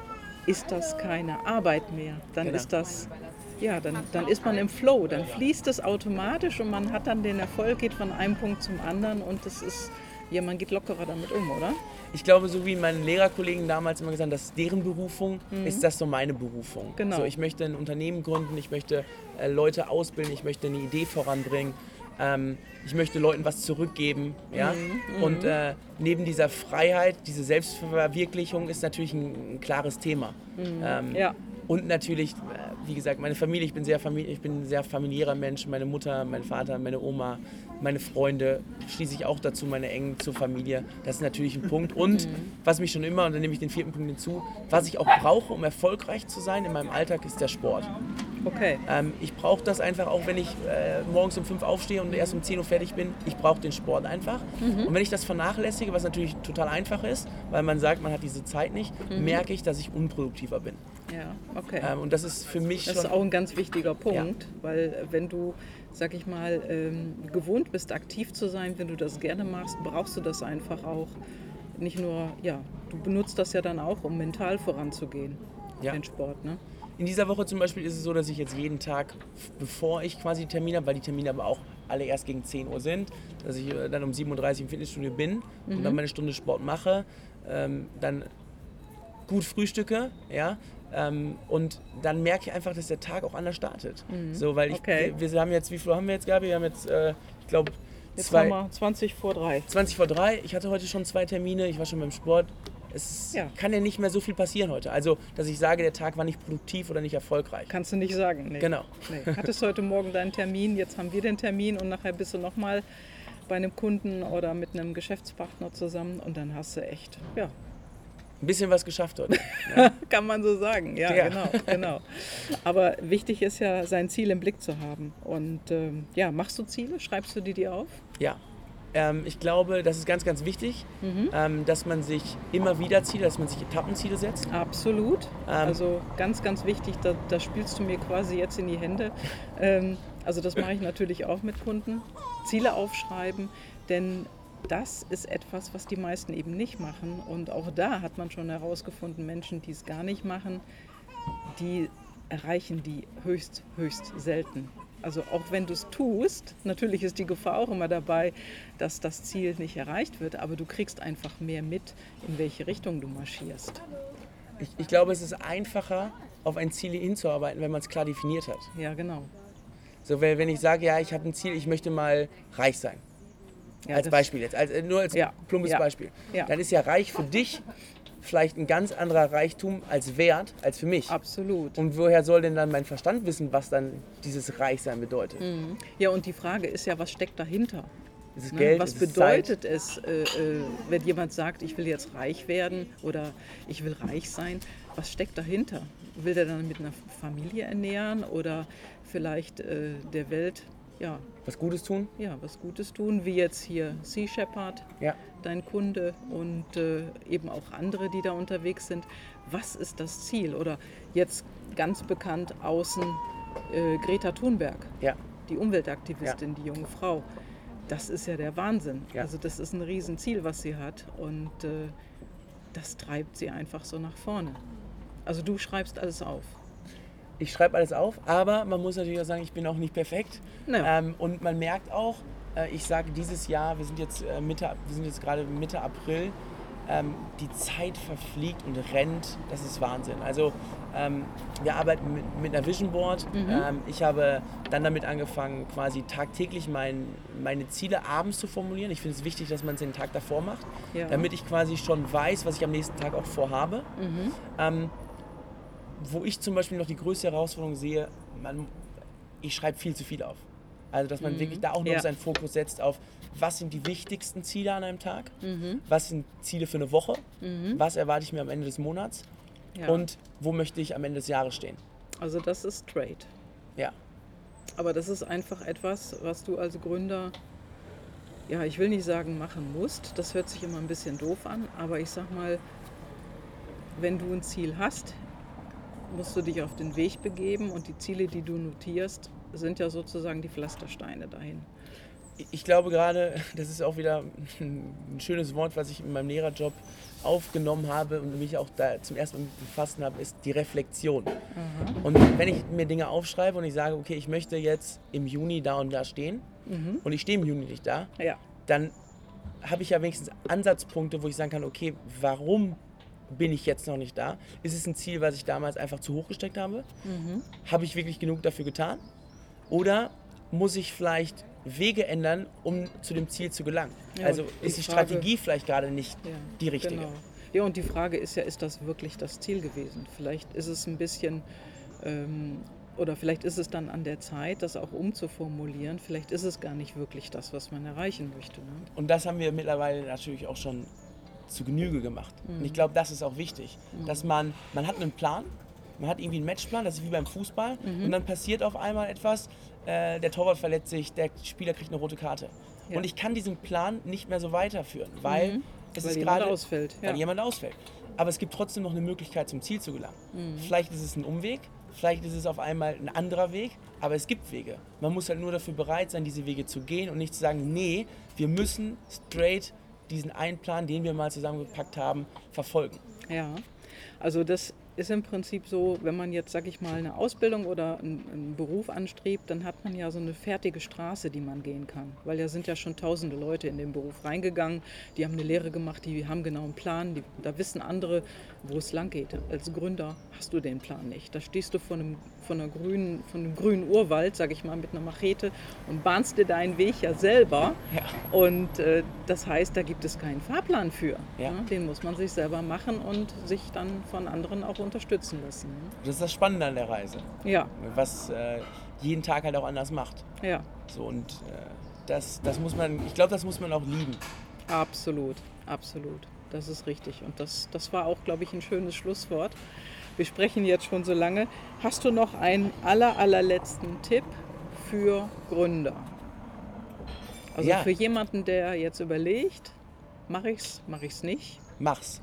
ist das keine Arbeit mehr. Dann Genau. ist das, ja, dann, dann ist man im Flow, dann fließt es automatisch und man hat dann den Erfolg, geht von einem Punkt zum anderen und das ist, ja, man geht lockerer damit um, oder? Ich glaube, so wie meine Lehrerkollegen damals immer gesagt haben, das ist deren Berufung, mhm. ist das so meine Berufung. Genau. So, ich möchte ein Unternehmen gründen, ich möchte äh, Leute ausbilden, ich möchte eine Idee voranbringen, ähm, ich möchte Leuten was zurückgeben. Ja? Mhm. Und äh, neben dieser Freiheit, diese Selbstverwirklichung ist natürlich ein, ein klares Thema. Mhm. Ähm, ja. Und natürlich, wie gesagt, meine Familie, ich bin, sehr famili- ich bin ein sehr familiärer Mensch. Meine Mutter, mein Vater, meine Oma, meine Freunde, schließe ich auch dazu, meine engen zur Familie. Das ist natürlich ein Punkt. Und mhm. was mich schon immer, und dann nehme ich den vierten Punkt hinzu, was ich auch brauche, um erfolgreich zu sein in meinem Alltag, ist der Sport. Okay. Ähm, ich brauche das einfach auch, wenn ich äh, morgens um fünf aufstehe und erst um zehn Uhr fertig bin. Ich brauche den Sport einfach. Mhm. Und wenn ich das vernachlässige, was natürlich total einfach ist, weil man sagt, man hat diese Zeit nicht, mhm. merke ich, dass ich unproduktiver bin. Ja, okay. Ähm, und das ist für mich Das schon... ist auch ein ganz wichtiger Punkt, ja. weil wenn du, sag ich mal, ähm, gewohnt bist, aktiv zu sein, wenn du das gerne machst, brauchst du das einfach auch. Nicht nur, ja, du benutzt das ja dann auch, um mental voranzugehen, ja. den Sport, ne? In dieser Woche zum Beispiel ist es so, dass ich jetzt jeden Tag, bevor ich quasi Termine habe, weil die Termine aber auch alle erst gegen zehn Uhr sind, dass ich dann um sieben Uhr dreißig im Fitnessstudio bin mhm. und dann meine Stunde Sport mache, ähm, dann gut frühstücke, ja, ähm, und dann merke ich einfach, dass der Tag auch anders startet. Mhm. So, weil ich, okay. wir, wir haben jetzt, wie viel haben wir jetzt, Gabi? Wir haben jetzt, äh, ich glaube, Jetzt zwei, haben wir zwanzig vor drei. zwanzig vor drei. Ich hatte heute schon zwei Termine, ich war schon beim Sport. Es ja. kann ja nicht mehr so viel passieren heute. Also, dass ich sage, der Tag war nicht produktiv oder nicht erfolgreich. Kannst du nicht sagen, nee. Genau. Nee. Hattest heute Morgen deinen Termin, jetzt haben wir den Termin und nachher bist du nochmal bei einem Kunden oder mit einem Geschäftspartner zusammen und dann hast du echt, ja. Ein bisschen was geschafft heute. Ja. Kann man so sagen, ja, ja, genau, genau. Aber wichtig ist ja, sein Ziel im Blick zu haben. Und ähm, ja, machst du Ziele? Schreibst du die dir auf? Ja. Ähm, ich glaube, das ist ganz, ganz wichtig, mhm. ähm, dass man sich immer wieder Ziele, dass man sich Etappenziele setzt. Absolut. Ähm, also ganz, ganz wichtig, da, da spielst du mir quasi jetzt in die Hände. Ähm, also das mache ich natürlich auch mit Kunden. Ziele aufschreiben, denn das ist etwas, was die meisten eben nicht machen. Und auch da hat man schon herausgefunden, Menschen, die es gar nicht machen, die erreichen die höchst, höchst selten. Also auch wenn du es tust, natürlich ist die Gefahr auch immer dabei, dass das Ziel nicht erreicht wird, aber du kriegst einfach mehr mit, in welche Richtung du marschierst. Ich, ich glaube, es ist einfacher, auf ein Ziel hinzuarbeiten, wenn man es klar definiert hat. Ja, genau. So, wenn ich sage, ja, ich habe ein Ziel, ich möchte mal reich sein. Ja, als Beispiel jetzt, als, nur als ja, plumpes ja, Beispiel. Ja. Dann ist ja reich für dich vielleicht ein ganz anderer Reichtum als Wert als für mich. Absolut. Und woher soll denn dann mein Verstand wissen, was dann dieses Reichsein bedeutet? Mhm. Ja, und die Frage ist ja, was steckt dahinter? Ist es ne? Geld, was ist es bedeutet Zeit? es, äh, äh, wenn jemand sagt, ich will jetzt reich werden oder ich will reich sein? Was steckt dahinter? Will der dann mit einer Familie ernähren oder vielleicht äh, der Welt ja, was Gutes tun? Ja, was Gutes tun, wie jetzt hier Sea Shepherd, ja. dein Kunde und äh, eben auch andere, die da unterwegs sind. Was ist das Ziel? Oder jetzt ganz bekannt außen äh, Greta Thunberg, ja. die Umweltaktivistin, ja. die junge Frau. Das ist ja der Wahnsinn. Ja. Also das ist ein Riesenziel, was sie hat und äh, das treibt sie einfach so nach vorne. Also du schreibst alles auf. Ich schreibe alles auf, aber man muss natürlich auch sagen, ich bin auch nicht perfekt. Ja. Ähm, und man merkt auch, äh, ich sage dieses Jahr, wir sind jetzt äh, Mitte, wir sind jetzt gerade Mitte April, ähm, die Zeit verfliegt und rennt, das ist Wahnsinn. Also ähm, wir arbeiten mit, mit einer Vision Board. Mhm. Ähm, ich habe dann damit angefangen, quasi tagtäglich mein, meine Ziele abends zu formulieren. Ich finde es wichtig, dass man es den Tag davor macht, ja. damit ich quasi schon weiß, was ich am nächsten Tag auch vorhabe. Mhm. Ähm, Wo ich zum Beispiel noch die größte Herausforderung sehe, man, ich schreibe viel zu viel auf. Also dass man mhm. wirklich da auch noch ja. seinen Fokus setzt auf, was sind die wichtigsten Ziele an einem Tag, mhm. was sind Ziele für eine Woche, mhm. was erwarte ich mir am Ende des Monats ja. und wo möchte ich am Ende des Jahres stehen. Also das ist straight. Ja. Aber das ist einfach etwas, was du als Gründer, ja, ich will nicht sagen machen musst, das hört sich immer ein bisschen doof an, aber ich sag mal, wenn du ein Ziel hast, musst du dich auf den Weg begeben und die Ziele, die du notierst, sind ja sozusagen die Pflastersteine dahin. Ich glaube gerade, das ist auch wieder ein schönes Wort, was ich in meinem Lehrerjob aufgenommen habe und mich auch da zum ersten Mal mit befasst habe, ist die Reflexion. Mhm. Und wenn ich mir Dinge aufschreibe und ich sage, okay, ich möchte jetzt im Juni da und da stehen mhm. und ich stehe im Juni nicht da, ja. dann habe ich ja wenigstens Ansatzpunkte, wo ich sagen kann, okay, warum bin ich jetzt noch nicht da? Ist es ein Ziel, was ich damals einfach zu hoch gesteckt habe? Mhm. Habe ich wirklich genug dafür getan? Oder muss ich vielleicht Wege ändern, um zu dem Ziel zu gelangen? Ja, also ist die, die Frage, Strategie vielleicht gerade nicht ja, die richtige. Genau. Ja, und die Frage ist ja, ist das wirklich das Ziel gewesen? Vielleicht ist es ein bisschen, ähm, oder vielleicht ist es dann an der Zeit, das auch umzuformulieren. Vielleicht ist es gar nicht wirklich das, was man erreichen möchte. Ne? Und das haben wir mittlerweile natürlich auch schon zu Genüge gemacht. Mhm. Und ich glaube, das ist auch wichtig, mhm. dass man, man hat einen Plan, man hat irgendwie einen Matchplan, das ist wie beim Fußball mhm. und dann passiert auf einmal etwas, äh, der Torwart verletzt sich, der Spieler kriegt eine rote Karte. Ja. Und ich kann diesen Plan nicht mehr so weiterführen, weil mhm. es weil ist jemand gerade, ausfällt. Ja. weil jemand ausfällt. Aber es gibt trotzdem noch eine Möglichkeit, zum Ziel zu gelangen. Mhm. Vielleicht ist es ein Umweg, vielleicht ist es auf einmal ein anderer Weg, aber es gibt Wege. Man muss halt nur dafür bereit sein, diese Wege zu gehen und nicht zu sagen, nee, wir müssen straight diesen einen Plan, den wir mal zusammengepackt haben, verfolgen. Ja, also das ist im Prinzip so, wenn man jetzt, sag ich mal, eine Ausbildung oder einen, einen Beruf anstrebt, dann hat man ja so eine fertige Straße, die man gehen kann. Weil da sind ja schon tausende Leute in den Beruf reingegangen, die haben eine Lehre gemacht, die haben genau einen Plan, die, da wissen andere, wo es lang geht. Als Gründer hast du den Plan nicht. Da stehst du vor einem, von, einer grünen, von einem grünen Urwald, sag ich mal, mit einer Machete und bahnst dir deinen Weg ja selber. Ja. Und äh, das heißt, da gibt es keinen Fahrplan für. Ja. Ja, den muss man sich selber machen und sich dann von anderen auch unterstützen lassen. Das ist das Spannende an der Reise. Ja. Was äh, jeden Tag halt auch anders macht. Ja. So, und äh, das, das muss man, ich glaube, das muss man auch lieben. Absolut, absolut. Das ist richtig. Und das, das war auch, glaube ich, ein schönes Schlusswort. Wir sprechen jetzt schon so lange. Hast du noch einen aller, allerletzten Tipp für Gründer? Also ja. für jemanden, der jetzt überlegt, mache ich's, mache ich's nicht? Mach's.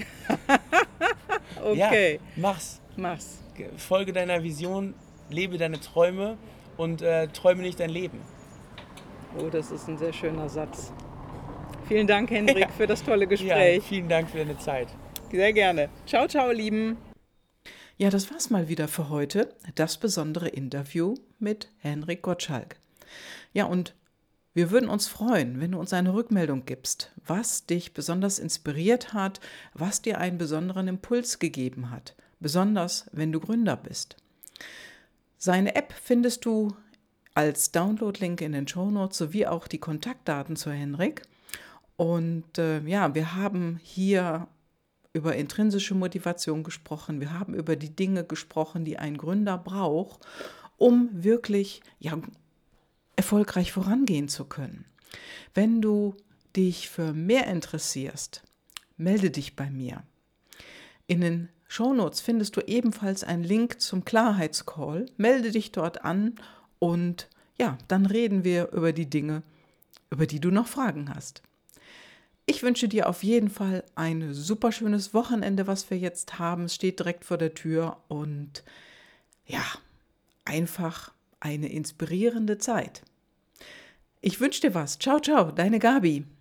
Okay. Ja, mach's. Mach's. Folge deiner Vision, lebe deine Träume und äh, träume nicht dein Leben. Oh, das ist ein sehr schöner Satz. Vielen Dank, Hendrik, ja. für das tolle Gespräch. Ja, vielen Dank für deine Zeit. Sehr gerne. Ciao, ciao, Lieben. Ja, das war's mal wieder für heute. Das besondere Interview mit Hendrik Gottschalk. Ja, und wir würden uns freuen, wenn du uns eine Rückmeldung gibst, was dich besonders inspiriert hat, was dir einen besonderen Impuls gegeben hat, besonders wenn du Gründer bist. Seine App findest du als Download-Link in den Shownotes sowie auch die Kontaktdaten zu Hendrik. Und äh, ja, wir haben hier über intrinsische Motivation gesprochen, wir haben über die Dinge gesprochen, die ein Gründer braucht, um wirklich ja, erfolgreich vorangehen zu können. Wenn du dich für mehr interessierst, melde dich bei mir. In den Shownotes findest du ebenfalls einen Link zum Klarheitscall. Melde dich dort an und ja, dann reden wir über die Dinge, über die du noch Fragen hast. Ich wünsche dir auf jeden Fall ein super schönes Wochenende, was wir jetzt haben. Es steht direkt vor der Tür und ja, einfach eine inspirierende Zeit. Ich wünsche dir was. Ciao, ciao, deine Gabi.